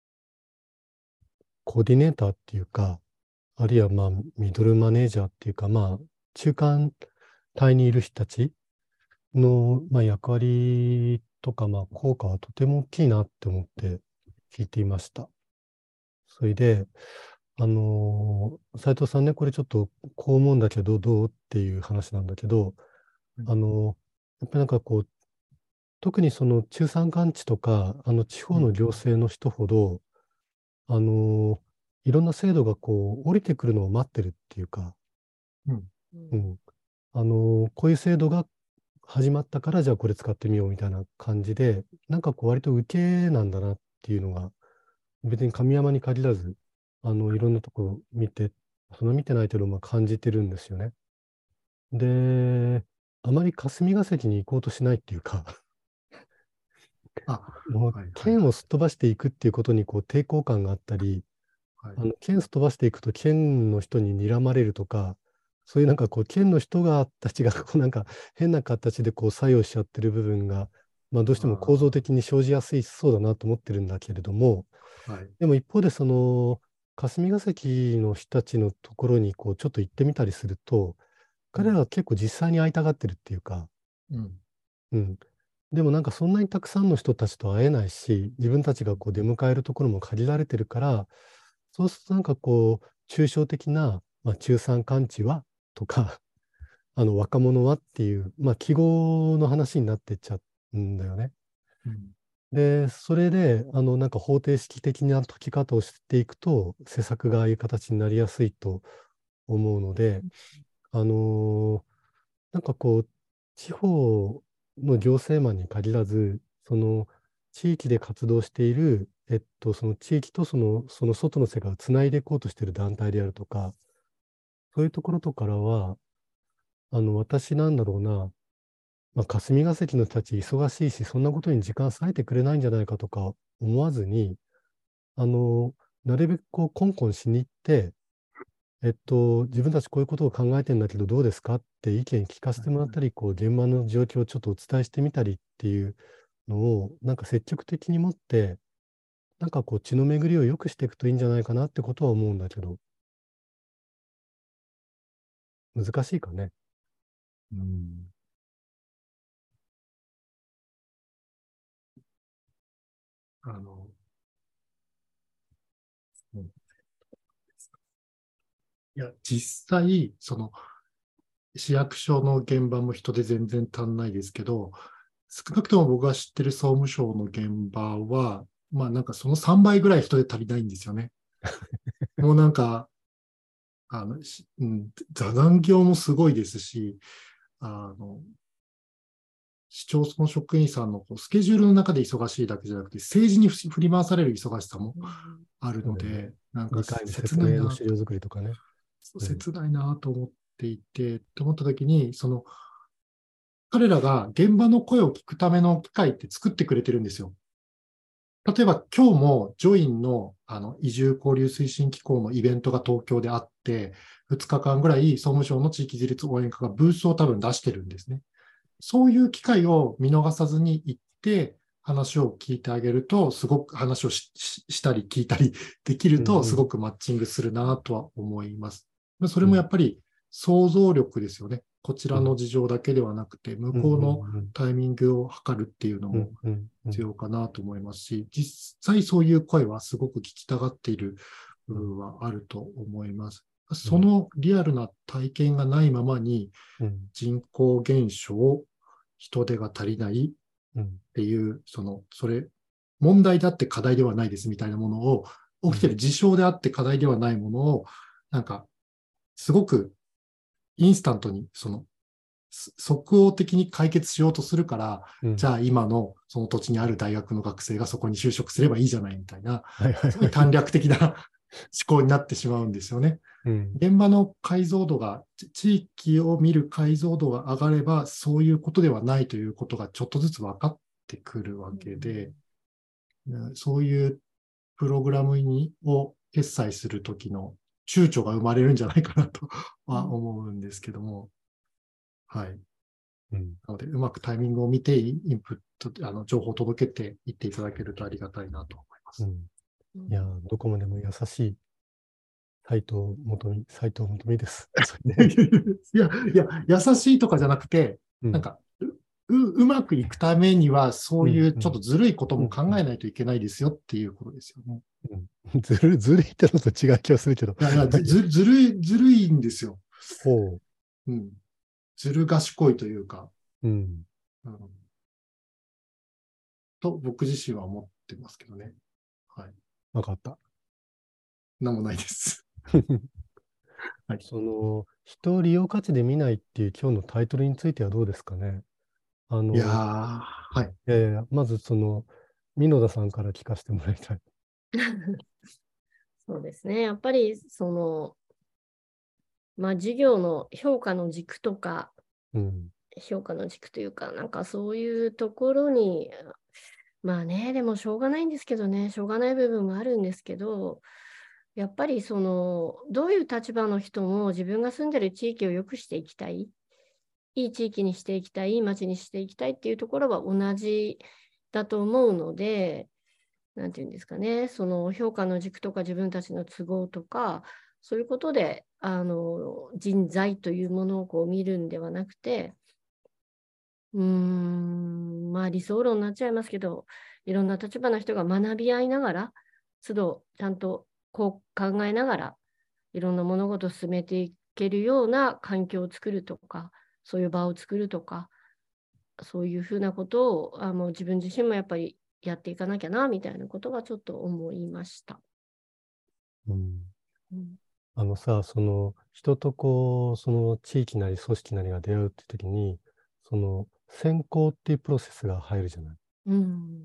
コーディネーターっていうか、あるいはまあ、ミドルマネージャーっていうか、まあ、中間帯にいる人たちの、まあ、役割とか、まあ、効果はとても大きいなって思って聞いていました。それで、あのー斉藤さんね、これちょっとこう思うんだけど、どうっていう話なんだけど、あのーやっぱりなんかこう、特にその中山間地とか、あの地方の行政の人ほど、あのーいろんな制度がこう、降りてくるのを待ってるっていうか、 うんうん、あのーこういう制度が始まったから、じゃあこれ使ってみようみたいな感じで、なんかこう、割と受けなんだなっていうのが、別に神山に限らず、あの、いろんなとこ見て、その見てないけど、まあ感じてるんですよね。で、あまり霞が関に行こうとしないっていうか、 あ、 もうはいはい県をすっ飛ばしていくっていうことにこう抵抗感があったり、 はい。 あの県すっ飛ばしていくと県の人に睨まれるとか、そういうなんかこう県の人がたちがこうなんか変な形でこう作用しちゃってる部分が、まあどうしても構造的に生じやすいそうだなと思ってるんだけれども、 あーはい。 でも一方でその霞が関の人たちのところにこうちょっと行ってみたりすると、彼らは結構実際に会いたがってるっていうか、 うん。 うん。でもなんかそんなにたくさんの人たちと会えないし、自分たちがこう出迎えるところも限られてるから、そうするとなんかこう、抽象的な、まあ、中山間地はとか、あの若者はっていう、まあ、記号の話になってっちゃうんだよね。 うん。 で、それで、あの、なんか方程式的な解き方をしていくと、施策がああいう形になりやすいと思うので、あのーなんかこう、地方の行政マンに限らず、その地域で活動している、えっと、その地域とその、その外の世界をつないでいこうとしている団体であるとか、そういうところとからは、あの、私なんだろうな、まあ、霞が関の人たち忙しいし、そんなことに時間割いてくれないんじゃないかとか思わずに、あの、なるべくこう、コンコンしに行って、えっと、自分たちこういうことを考えてるんだけど、どうですかって意見聞かせてもらったり、こう、現場の状況をちょっとお伝えしてみたりっていうのを、なんか積極的に持って、なんかこう、血の巡りを良くしていくといいんじゃないかなってことは思うんだけど、難しいかね。 うん。あの、うん、いや、実際、その、市役所の現場も人で全然足んないですけど、少なくとも僕が知ってる総務省の現場は、まあなんかそのさんばいぐらい人で足りないんですよね。もうなんか、あの、しうん、座談業もすごいですし、あの、市町村職員さんのこうスケジュールの中で忙しいだけじゃなくて、政治にふ振り回される忙しさもあるそうだよね。 ので、なんかにかいの切ないな、 説明の資料作りとかね。うん、 切ないなと思っていて、と思ったときに、その、彼らが現場の声を聞くための機会って作ってくれてるんですよ。例えば今日もジョインのあの移住交流推進機構のイベントが東京であって、ふつかかんぐらい総務省の地域自立応援課がブースを多分出してるんですね。そういう機会を見逃さずに行って話を聞いてあげると、すごく話を し, したり聞いたりできると、すごくマッチングするなとは思います。それもやっぱり想像力ですよね。こちらの事情だけではなくて、向こうのタイミングを測るっていうのも必要かなと思いますし、実際そういう声はすごく聞きたがっている部分はあると思います。そのリアルな体験がないままに人口減少、人手が足りないっていう、その、それ、問題であって課題ではないですみたいなものを、起きてる事象であって課題ではないものを、なんか、すごくインスタントに、その、即応的に解決しようとするから、うん、じゃあ今のその土地にある大学の学生がそこに就職すればいいじゃないみたいな、すごい短絡的な思考になってしまうんですよね。うん、現場の解像度が、地域を見る解像度が上がれば、そういうことではないということがちょっとずつ分かっってくるわけで、うん、そういうプログラムにを決済するときの躊躇が生まれるんじゃないかなとは思うんですけども、はい。 うん、 なので、うまくタイミングを見て、インプット、あの、情報を届けていっていただけるとありがたいなと思います。 うん、いや、どこまでも優しい斉藤元美、斉藤元美です。 いや、いや、優しいとかじゃなくて、 うん、 なんかう、うまくいくためには、そういうちょっとずるいことも考えないといけないですよっていうことですよね。 うん、ずる、ずるいってのと違う気がするけど。 いやいや、ず、ずずるい、ずるいんですよ。 ほうん。ずる賢いというか、 う。うん。 うん、と僕自身は思ってますけどね。はい。 わかった。 なんもないです。はい、 その、人を利用価値で見ないっていう今日のタイトルについてはどうですかね。あの、 いやー、はい。 いやいや、まずその、箕田さんから聞かせてもらいたい。 そうですね。やっぱり、その、まあ、授業の評価の軸とか、 うん、 評価の軸というか、なんかそういうところに、まあね、でもしょうがないんですけどね、しょうがない部分もあるんですけど、やっぱりその、どういう立場の人も自分が住んでる地域を良くしていきたい、いい地域にしていきたい、いい街にしていきたいっていうところは同じだと思うので、なんていうんですかね、その評価の軸とか自分たちの都合とか、そういうことであの人材というものをこう見るんではなくて、うーん、まあ理想論になっちゃいますけど、いろんな立場の人が学び合いながら、都度ちゃんとこう考えながら、いろんな物事を進めていけるような環境を作るとか、そういう場を作るとか、そういうふうなことをあの自分自身もやっぱりやっていかなきゃな、みたいなことはちょっと思いました。 うんうん、 あのさ、その、人とこう、その地域なり組織なりが出会うって時に、その、選考っていうプロセスが入るじゃない。 うん、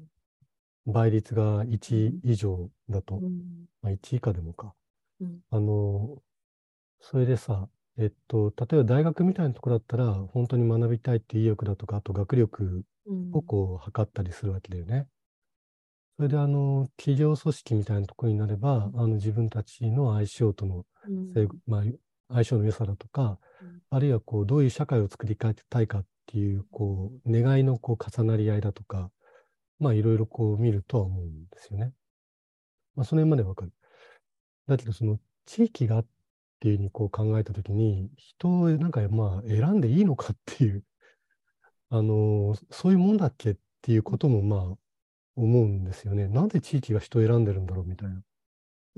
倍率がいち以上だと、 うん、 まあ、いち以下でもか。 うん、 あの、それでさ、えっと、例えば大学みたいなところだったら、本当に学びたいっていう意欲だとか、あと学力うん、 をこう測ったりするわけだよね。それで、あの、企業組織みたいなところになれば、あの、自分たちの相性との、 うん、 せいまあ、相性の良さだとか、 うん、 あるいはこう、どういう社会を作り変えたいかっていう、こう、願いのこう重なり合いだとか、まあ、いろいろこう見るとは思うんですよね。まあ、その辺までわかる。だけど、その地域がっていうふうにこう考えたときに、人をなんかまあ選んでいいのかっていう、あのーそういうもんだっけっていうこともまあ思うんですよね。なんで地域が人を選んでるんだろうみたいな。 うん、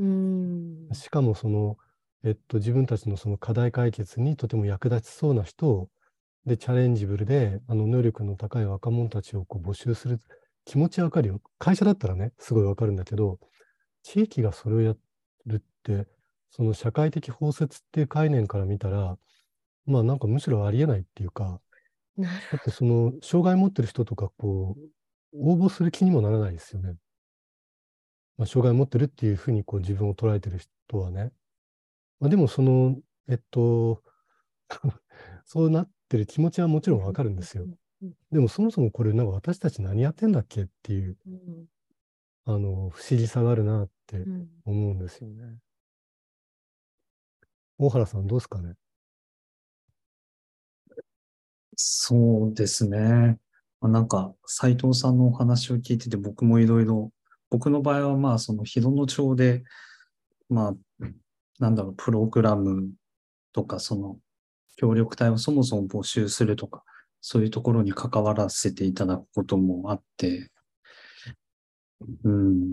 しかもその、えっと、自分たちのその課題解決にとても役立ちそうな人を、で、チャレンジブルで、あの、能力の高い若者たちをこう募集する気持ちはわかるよ。会社だったらね、すごいわかるんだけど、地域がそれをやるって、その社会的包摂っていう概念から見たら、まあなんかむしろありえないっていうか、 なるだってその障害持ってる人とかこう、応募する気にもならないですよね。まあ、障害持ってるっていうふうにこう自分を捉えてる人はね。まあ、でもその、えっと、そうなってる気持ちはもちろんわかるんですよ。でもそもそもこれなんか私たち何やってんだっけっていう、 うん、 あの、不思議さがあるなってうん、 思うんですよね。大原さんどうですかね。 そうですね。まあなんか、斉藤さんのお話を聞いてて、僕もいろいろ、僕の場合はまあ、その広野町で、まあ、なんだろう、プログラムとか、その、協力隊をそもそも募集するとか、そういうところに関わらせていただくこともあって、うん、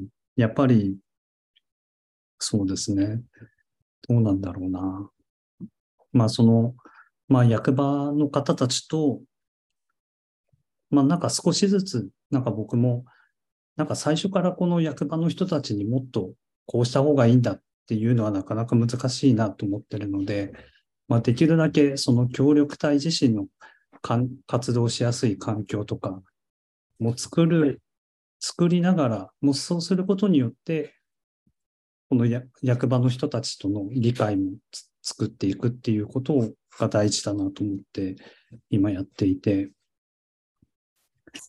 やっぱり、そうですね。どうなんだろうな。まあ、その、まあ、役場の方たちと、まあ、なんか少しずつ、なんか僕も、なんか最初からこの役場の人たちにもっとこうした方がいいんだっていうのはなかなか難しいなと思ってるので、まあ、できるだけその協力隊自身の活動しやすい環境とかも作る、作りながら、もうそうすることによって、この役場の人たちとの理解も作っていくっていうことが大事だなと思って今やっていて、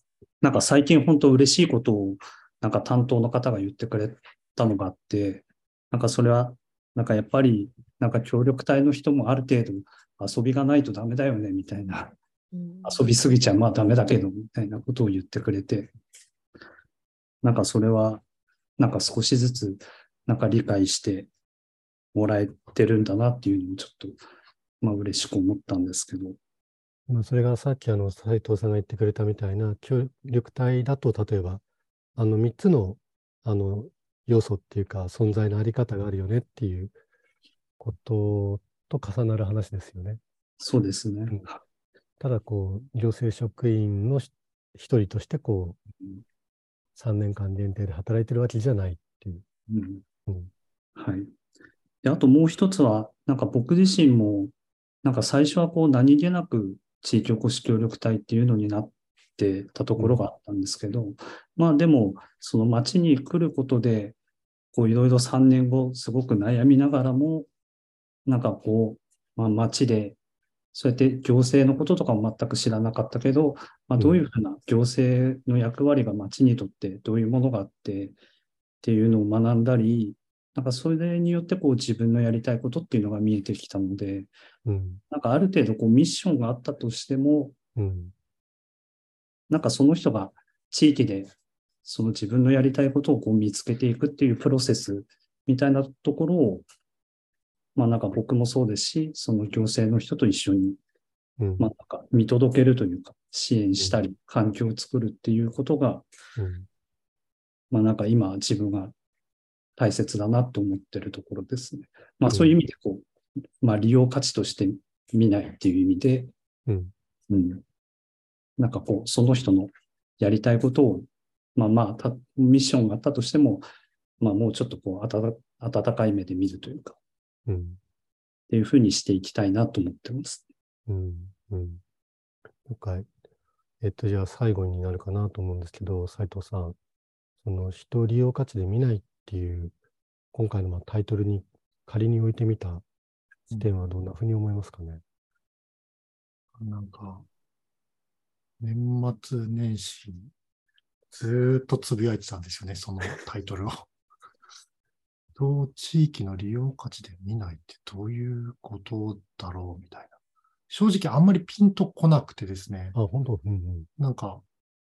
なんか最近本当嬉しいことを、なんか担当の方が言ってくれたのがあって、なんかそれは、なんかやっぱり、なんか協力隊の人もある程度遊びがないとダメだよね、みたいな。 うん、 遊びすぎちゃまあダメだけど、みたいなことを言ってくれて、なんかそれは、なんか少しずつ、なんか理解してもらえてるんだなっていうのをちょっと、まあ嬉しく思ったんですけど。 まあ、それがさっきあの斉藤さんが言ってくれたみたいな協力隊だと、例えばあのみっつの、あの要素っていうか存在のあり方があるよねっていうことと重なる話ですよね。 そうですね。 うん、ただこう行政職員のひ一人としてこううんさんねんかん限定で働いてるわけじゃないっていう。 うんうん、 はい。で、あともう一つは、なんか僕自身も、なんか最初はこう何気なく地域おこし協力隊っていうのになってたところがあったんですけど、まあでも、その町に来ることで、こういろいろさんねんご、すごく悩みながらも、なんかこう、まあ町で、そうやって行政のこととかも全く知らなかったけど、まあ、どういうふうな行政の役割が町にとってどういうものがあってっていうのを学んだり、なんかそれによってこう自分のやりたいことっていうのが見えてきたので、 うん、 なんかある程度こうミッションがあったとしても、 うん、 なんかその人が地域でその自分のやりたいことをこう見つけていくっていうプロセスみたいなところを、まあなんか僕もそうですし、その行政の人と一緒に、 うん、 まあなんか見届けるというか、支援したり、環境を作るっていうことが、 うん、 まあなんか今自分が大切だなと思ってるところですね。まあうん、 そういう意味でこう、まあ利用価値として見ないっていう意味で、 うん、 うん、なんかこう、その人のやりたいことを、まあまあた、ミッションがあったとしても、まあもうちょっとこう、温温かい目で見るというか、っうん、 ていうふうにしていきたいなと思ってます。 うん、うん。了解。えっと、じゃあ最後になるかなと思うんですけど、斉藤さん、その人を利用価値で見ないっていう、今回のまあタイトルに仮に置いてみた視点はどんなふうに思いますかね。 なんか、年末年始、ずーっとつぶやいてたんですよね、そのタイトルを。人を地域の利用価値で見ないってどういうことだろうみたいな。正直あんまりピンとこなくてですね。 あ、本当、うん、うん、 なんか、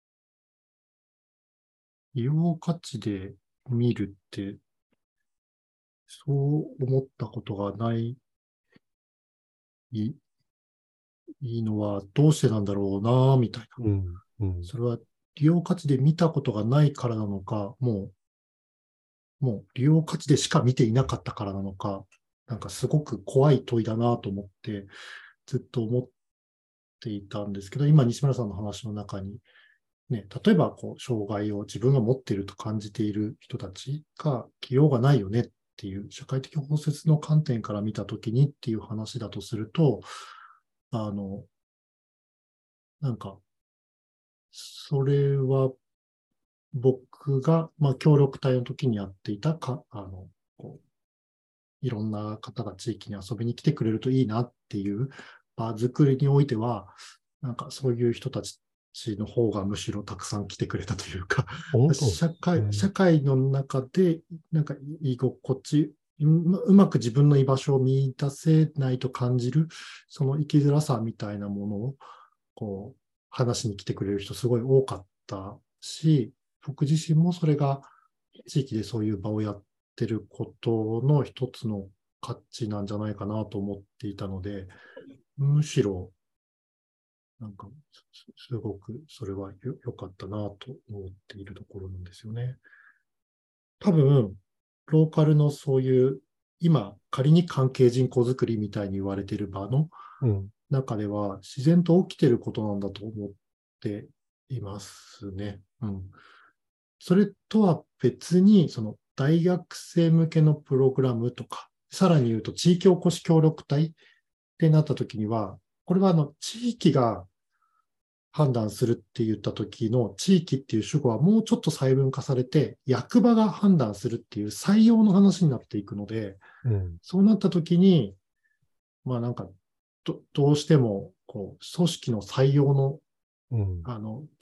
利用価値で見るって、そう思ったことがない、いいのはどうしてなんだろうな、みたいな。 うん、うん、 それは利用価値で見たことがないからなのか、もう、もう利用価値でしか見ていなかったからなのか、なんかすごく怖い問いだなと思って、ずっと思っていたんですけど、今西村さんの話の中に、ね、例えばこう障害を自分が持っていると感じている人たちが起用がないよねっていう社会的包摂の観点から見たときにっていう話だとすると、あの、なんか、それは僕が、まあ、協力隊の時にやっていたか、あの、こういろんな方が地域に遊びに来てくれるといいなっていう場作りにおいては、なんかそういう人たちの方がむしろたくさん来てくれたというか、 本当、 社会、 えー社会の中で、なんか居心地、ううまく自分の居場所を見出せないと感じる、その生きづらさみたいなものを、こう、話しに来てくれる人すごい多かったし、僕自身もそれが地域でそういう場をやってることの一つの価値なんじゃないかなと思っていたので、むしろ、なんか、すすごくそれはよ良かったなと思っているところなんですよね。多分、ローカルのそういう、今、仮に関係人口づくりみたいに言われている場のうん、 中では、自然と起きていることなんだと思っていますね。うん。それとは別に、その大学生向けのプログラムとか、さらに言うと地域おこし協力隊ってなった時には、これはあの地域が判断するって言った時の地域っていう主語はもうちょっと細分化されて、役場が判断するっていう採用の話になっていくので、 うん、 そうなった時に、まあなんかど、どうしてもこう組織の採用のうん、 あの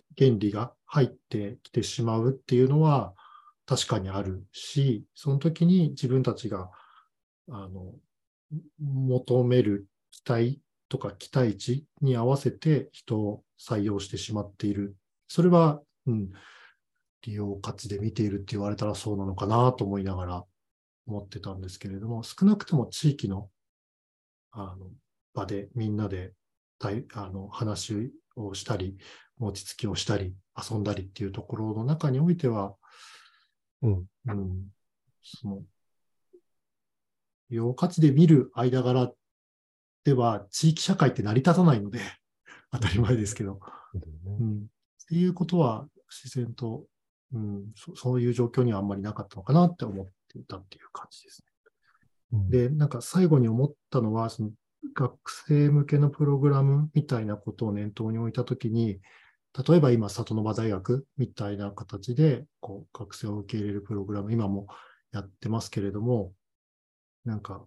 原理が入ってきてしまうっていうのは確かにあるし、その時に自分たちがあの求める期待とか期待値に合わせて人を採用してしまっている。それは、うん、利用価値で見ているって言われたらそうなのかなと思いながら思ってたんですけれども、少なくとも地域の、あの場でみんなであの話をしたり、餅つきをしたり、遊んだりっていうところの中においては、 うんうん、その利用価値で見る間柄では地域社会って成り立たないので、当たり前ですけど、うん、っていうことは自然と、うん、そ、そういう状況にはあんまりなかったのかなって思っていたっていう感じですね。 うん、 で、なんか最後に思ったのは、その学生向けのプログラムみたいなことを念頭に置いたときに、例えば今、里の場大学みたいな形でこう学生を受け入れるプログラム、今もやってますけれども、なんか、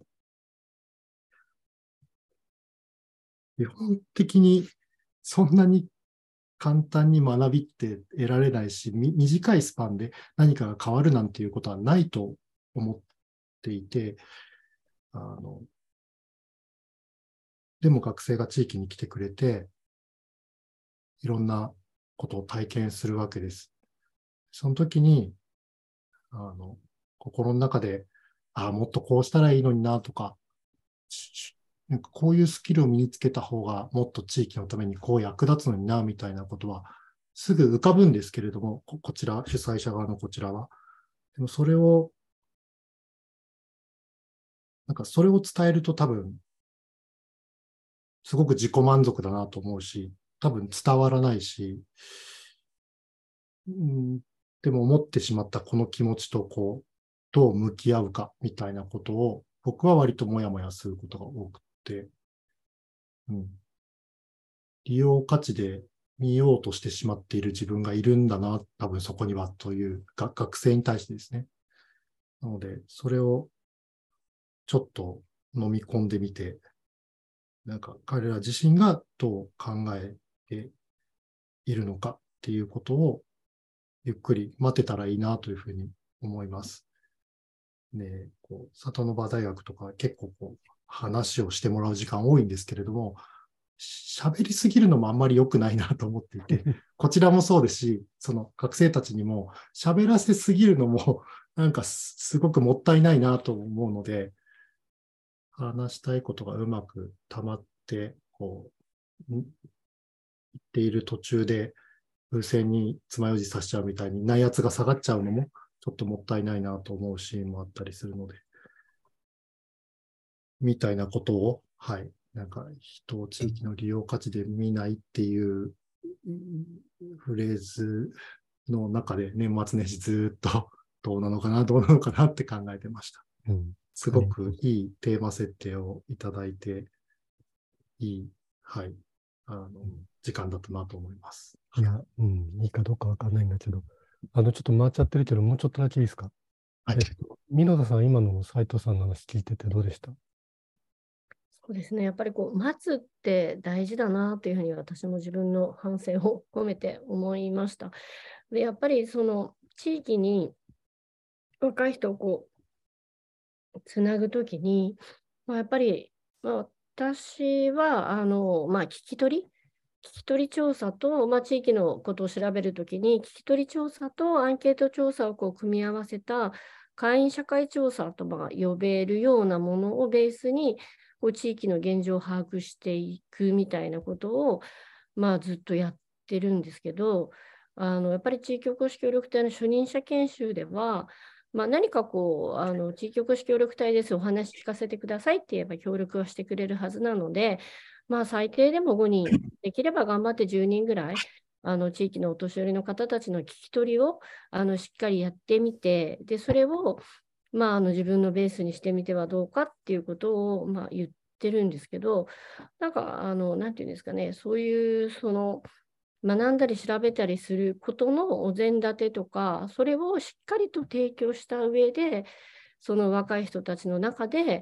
基本的にそんなに簡単に学びって得られないし、短いスパンで何かが変わるなんていうことはないと思っていて、あの、でも学生が地域に来てくれて、いろんなことを体験するわけです。その時に、あの、心の中で、ああ、もっとこうしたらいいのになとか、なんかこういうスキルを身につけた方がもっと地域のためにこう役立つのになみたいなことはすぐ浮かぶんですけれども、こ、こちら、主催者側のこちらは。でもそれを、なんかそれを伝えると多分、すごく自己満足だなと思うし、多分伝わらないし、うん、でも思ってしまったこの気持ちとこう、どう向き合うかみたいなことを、僕は割ともやもやすることが多くて、うん、利用価値で見ようとしてしまっている自分がいるんだな、多分そこにはという学生に対してですね。なので、それをちょっと飲み込んでみて、なんか彼ら自身がどう考えているのかっていうことをゆっくり待てたらいいなというふうに思います。ね、こう里の場大学とか結構こう話をしてもらう時間多いんですけれども、喋りすぎるのもあんまり良くないなと思っていて、こちらもそうですし、その学生たちにも喋らせすぎるのもなんかすごくもったいないなと思うので、話したいことがうまく溜まって、こう、言っている途中で風船に爪楊枝刺しちゃうみたいに内圧が下がっちゃうのもちょっともったいないなと思うシーンもあったりするので、みたいなことを、はい、なんか人を地域の利用価値で見ないっていうフレーズの中で年末年始ずっとどうなのかな、どうなのかなって考えてました。 うん、 すごくいいテーマ設定をいただいて、いい、はい、あの、時間だったなと思います。 いや、うん、いいかどうかわかんないんだけど、あの、ちょっと回っちゃってるけど、もうちょっとだけいいですか。 はい。 えっと、箕田さん、今の斉藤さんの話聞いててどうでした？ そうですね。やっぱりこう、待つって大事だなというふうに私も自分の反省を込めて思いました。で、やっぱりその地域に若い人をこう、つなぐときに、まあ、やっぱり、まあ、私は、あの、まあ、聞き取り聞き取り調査と、まあ、地域のことを調べるときに、聞き取り調査とアンケート調査をこう組み合わせた会員社会調査とまあ呼べるようなものをベースに、こう地域の現状を把握していくみたいなことを、まあ、ずっとやってるんですけど、あのやっぱり地域おこし協力隊の初任者研修では、まあ、何かこうあの地域おこし協力隊です、お話聞かせてくださいって言えば協力はしてくれるはずなので、まあ、最低でもごにん、できれば頑張ってじゅうにんぐらい、あの地域のお年寄りの方たちの聞き取りをあのしっかりやってみて、でそれを、まあ、あの自分のベースにしてみてはどうかっていうことを、まあ、言ってるんですけど、なんか、あのなんていうんですかね、そういうその学んだり調べたりすることのお膳立てとか、それをしっかりと提供した上で、その若い人たちの中で、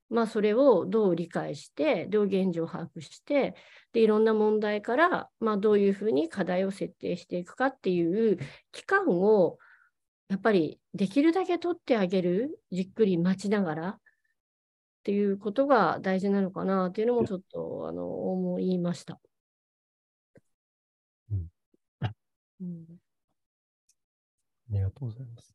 まあ、それをどう理解して、どう現状を把握して、でいろんな問題から、まあ、どういうふうに課題を設定していくかっていう期間を、やっぱりできるだけ取ってあげる、じっくり待ちながらっていうことが大事なのかなっていうのもちょっとあの思いました。 うんうん、 ありがとうございます。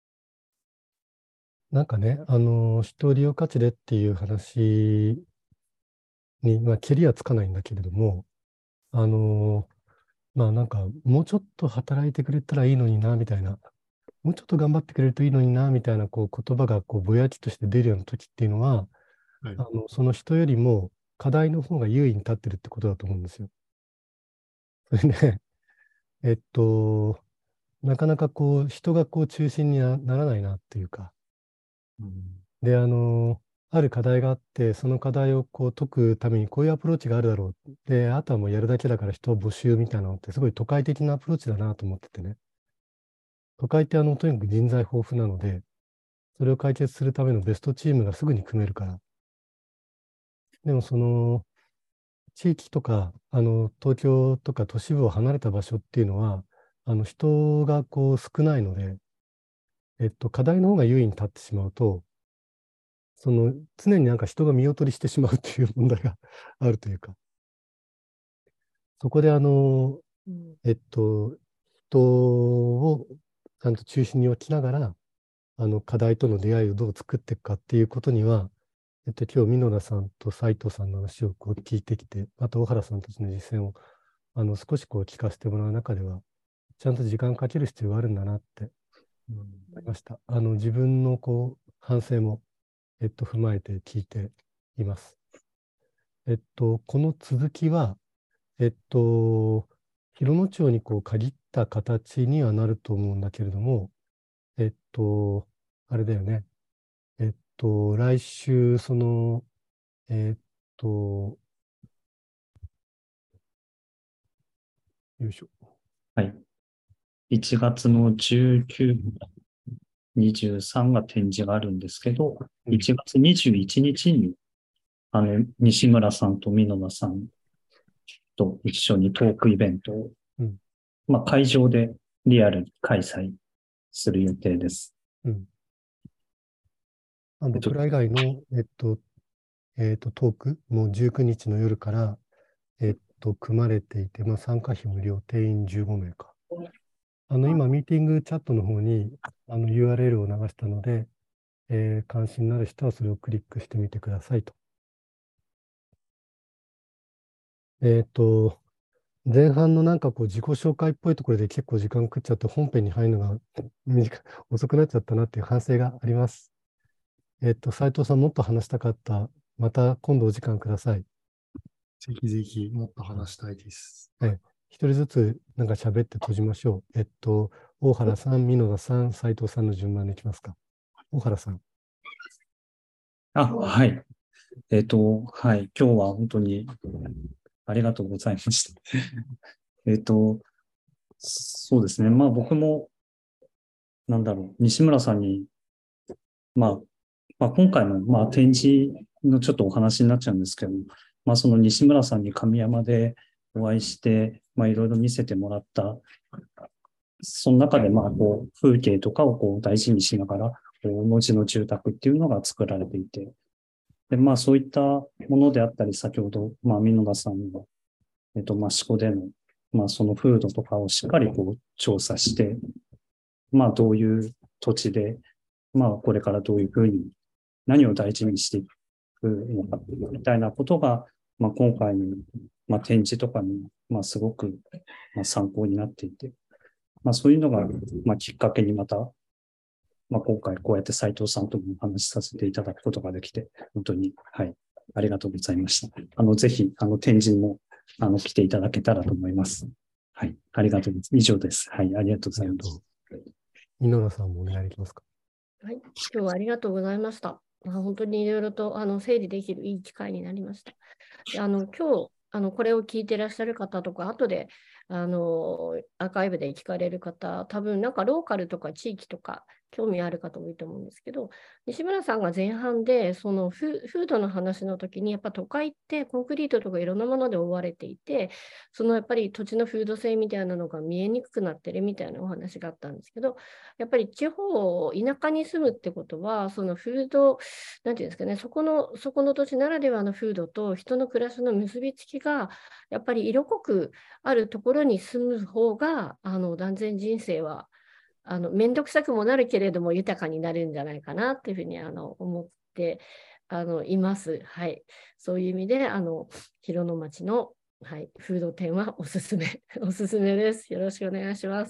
なんかね、あの、人を利用価値でっていう話に、まあ、ケリはつかないんだけれども、あの、まあなんか、もうちょっと働いてくれたらいいのにな、みたいな、もうちょっと頑張ってくれるといいのにな、みたいな、こう、言葉が、こう、ぼやきとして出るような時っていうのは、 はい。 あの、その人よりも課題の方が優位に立ってるってことだと思うんですよ。それで、えっと、なかなかこう、人がこう、中心になならないなっていうか、 うんで、あの、ある課題があって、その課題をこう解くためにこういうアプローチがあるだろう。で、あとはもうやるだけだから人を募集みたいなのってすごい都会的なアプローチだなと思っててね。都会ってあの、とにかく人材豊富なので、それを解決するためのベストチームがすぐに組めるから。でもその、地域とか、あの、東京とか都市部を離れた場所っていうのは、あの、人がこう少ないので、えっと、課題の方が優位に立ってしまうと、その、常になんか人が見劣りしてしまうっていう問題があるというか、そこであの、 うん、 えっと、人をちゃんと中心に置きながら、あの、課題との出会いをどう作っていくかっていうことには、えっと、今日、箕田さんと斉藤さんの話をこう聞いてきて、あと、小原さんたちの実践を、あの、少しこう聞かせてもらう中では、ちゃんと時間かける必要があるんだなってうん思いました。あの、自分のこう、反省も、えっと、踏まえて聞いています。えっと、この続きは、えっと、広野町にこう限った形にはなると思うんだけれども、えっと、あれだよね。えっと、来週、その、えっと、よいしょ。 はい。いちがつのじゅうく、にじゅうさんが展示があるんですけど、 うんいちがつにじゅういちにちに、あの、西村さんと箕田さんと一緒にトークイベントを、 うんまあ、会場でリアルに開催する予定です。 うん。あえっと、 僕ら以外の、えっと、えっと、トークもじゅうくにちの夜から、えっと、組まれていて、まあ、参加費無料、定員じゅうごめいか。あの、今、ミーティングチャットの方に、あの、ユーアールエル を流したので、えー関心のある人はそれをクリックしてみてくださいと。えっと、前半のなんかこう自己紹介っぽいところで結構時間食っちゃって本編に入るのが短遅くなっちゃったなっていう反省があります。えっと、斉藤さんもっと話したかった。また今度お時間ください。 ぜひぜひもっと話したいです。 はい。一人ずつなんか喋って閉じましょう。えっと、大原さん、箕田さん、斉藤さんの順番でいきますか。大原さん。 あ、はい。えっと、はい。今日は本当にありがとうございました。えっと、そうですね。まあ僕も、なんだろう、西村さんに、まあ、まあ、今回の、まあ、展示のちょっとお話になっちゃうんですけど、まあ、その西村さんに神山でお会いして、まあ、いろいろ見せてもらった、その中で、まあ、こう、風景とかをこう大事にしながら、こう、文字の住宅っていうのが作られていて、で、まあ、そういったものであったり、先ほど、まあ、箕田さんの、えっと、益子での、まあ、その風土とかをしっかりこう、調査して、まあ、どういう土地で、まあ、これからどういうふうに、何を大事にしていくのか、みたいなことが、まあ、今回の、まあ、展示とかに、まあ、すごく、まあ、参考になっていて、まあ、そういうのが、まあ、きっかけにまた、まあ、今回こうやって斉藤さんともお話しさせていただくことができて、本当に、はい、ありがとうございました。あの、ぜひ、あの、展示も、あの、来ていただけたらと思います。はい、ありがとうございます。以上です。はい、ありがとうございます。 箕田さんもお願いできますか。 はい、今日はありがとうございました。まあ、本当にいろいろとあの整理できるいい機会になりました。であの今日あのこれを聞いていらっしゃる方とか、後であの、アーカイブで聞かれる方、多分なんかローカルとか地域とか興味ある方多いと思うんですけど、西村さんが前半で、そのフ、フードの話の時に、やっぱ都会ってコンクリートとかいろんなもので覆われていて、そのやっぱり土地の風土性みたいなのが見えにくくなってるみたいなお話があったんですけど、やっぱり地方、田舎に住むってことは、その風土、なんていうんですかね、そこの、そこの土地ならではの風土と人の暮らしの結びつきが、やっぱり色濃くあるところに住む方が、あの断然人生はあの面倒くさくもなるけれども豊かになるんじゃないかなっていうふうにあの思ってあのいます。はい。そういう意味で、あの広野町の、はい、フード店はおすすめ、おすすめです。よろしくお願いします。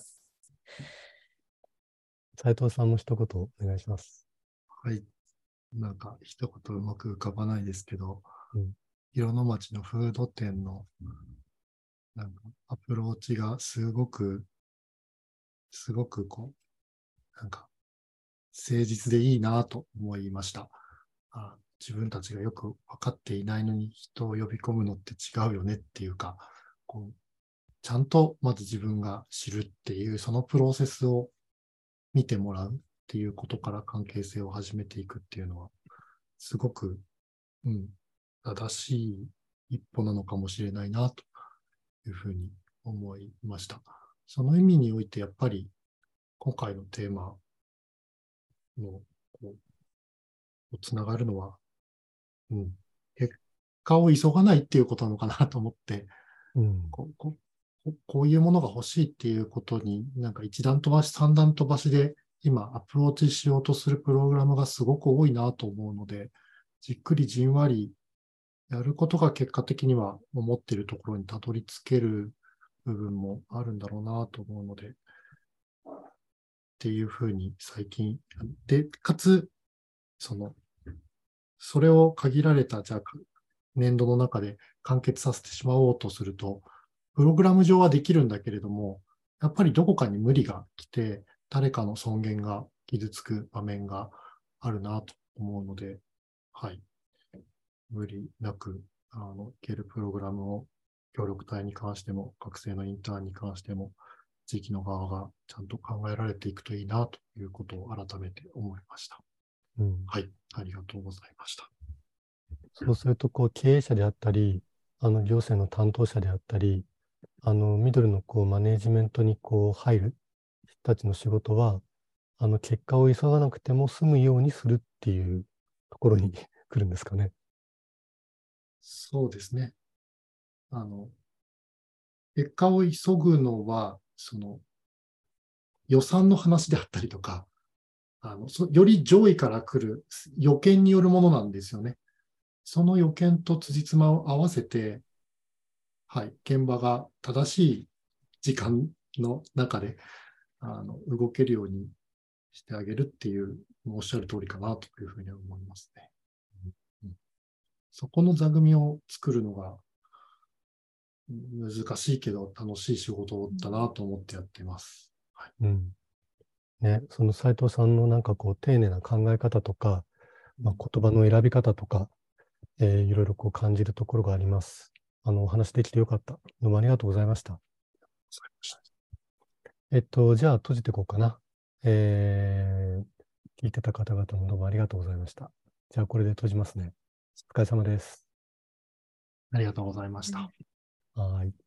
斉藤さんも一言お願いします。 はい。なんか一言うまく浮かばないですけど、 うん、 広野町のフード店のなんかアプローチがすごく、すごくこう、なんか誠実でいいなと思いました。あ、自分たちがよく分かっていないのに人を呼び込むのって違うよねっていうか、こうちゃんとまず自分が知るっていう、そのプロセスを見てもらうっていうことから関係性を始めていくっていうのは、すごく、うん、正しい一歩なのかもしれないなというふうに思いました。その意味において、やっぱり今回のテーマのこうつながるのは、うん、結果を急がないっていうことなのかなと思って、 うん、 こここういうものが欲しいっていうことに、なんか一段飛ばし、三段飛ばしで今アプローチしようとするプログラムがすごく多いなと思うので、じっくりじんわりやることが結果的には思っているところにたどり着ける部分もあるんだろうなと思うので、っていうふうに最近、で、かつ、その、それを限られた、じゃあ、年度の中で完結させてしまおうとすると、プログラム上はできるんだけれども、やっぱりどこかに無理が来て、誰かの尊厳が傷つく場面があるなと思うので、はい。無理なく、あの、いけるプログラムを協力隊に関しても、学生のインターンに関しても、地域の側がちゃんと考えられていくといいなということを改めて思いました。 うん、 はい。ありがとうございました。 そうすると、こう、経営者であったり、あの、行政の担当者であったり、あの、ミドルのこう、マネージメントにこう、入る人たちの仕事は、あの、結果を急がなくても済むようにするっていうところに来るんですかね。 そうですね。あの、結果を急ぐのは、その、予算の話であったりとか、あの、より上位から来る予見によるものなんですよね。その予見と辻褄を合わせて、はい、現場が正しい時間の中で、あの、動けるようにしてあげるっていう、おっしゃる通りかなというふうに思いますね。うん、そこの座組を作るのが難しいけど楽しい仕事だなと思ってやっています。はい、 うん。ね、その斉藤さんのなんかこう、丁寧な考え方とか、まあ、言葉の選び方とか、えーいろいろこう感じるところがあります。あの、お話できてよかった。どうもありがとうございました。えっと、じゃあ閉じていこうかな。えー聞いてた方々もどうもありがとうございました。じゃあこれで閉じますね。お疲れ様です。 ありがとうございました。 はい。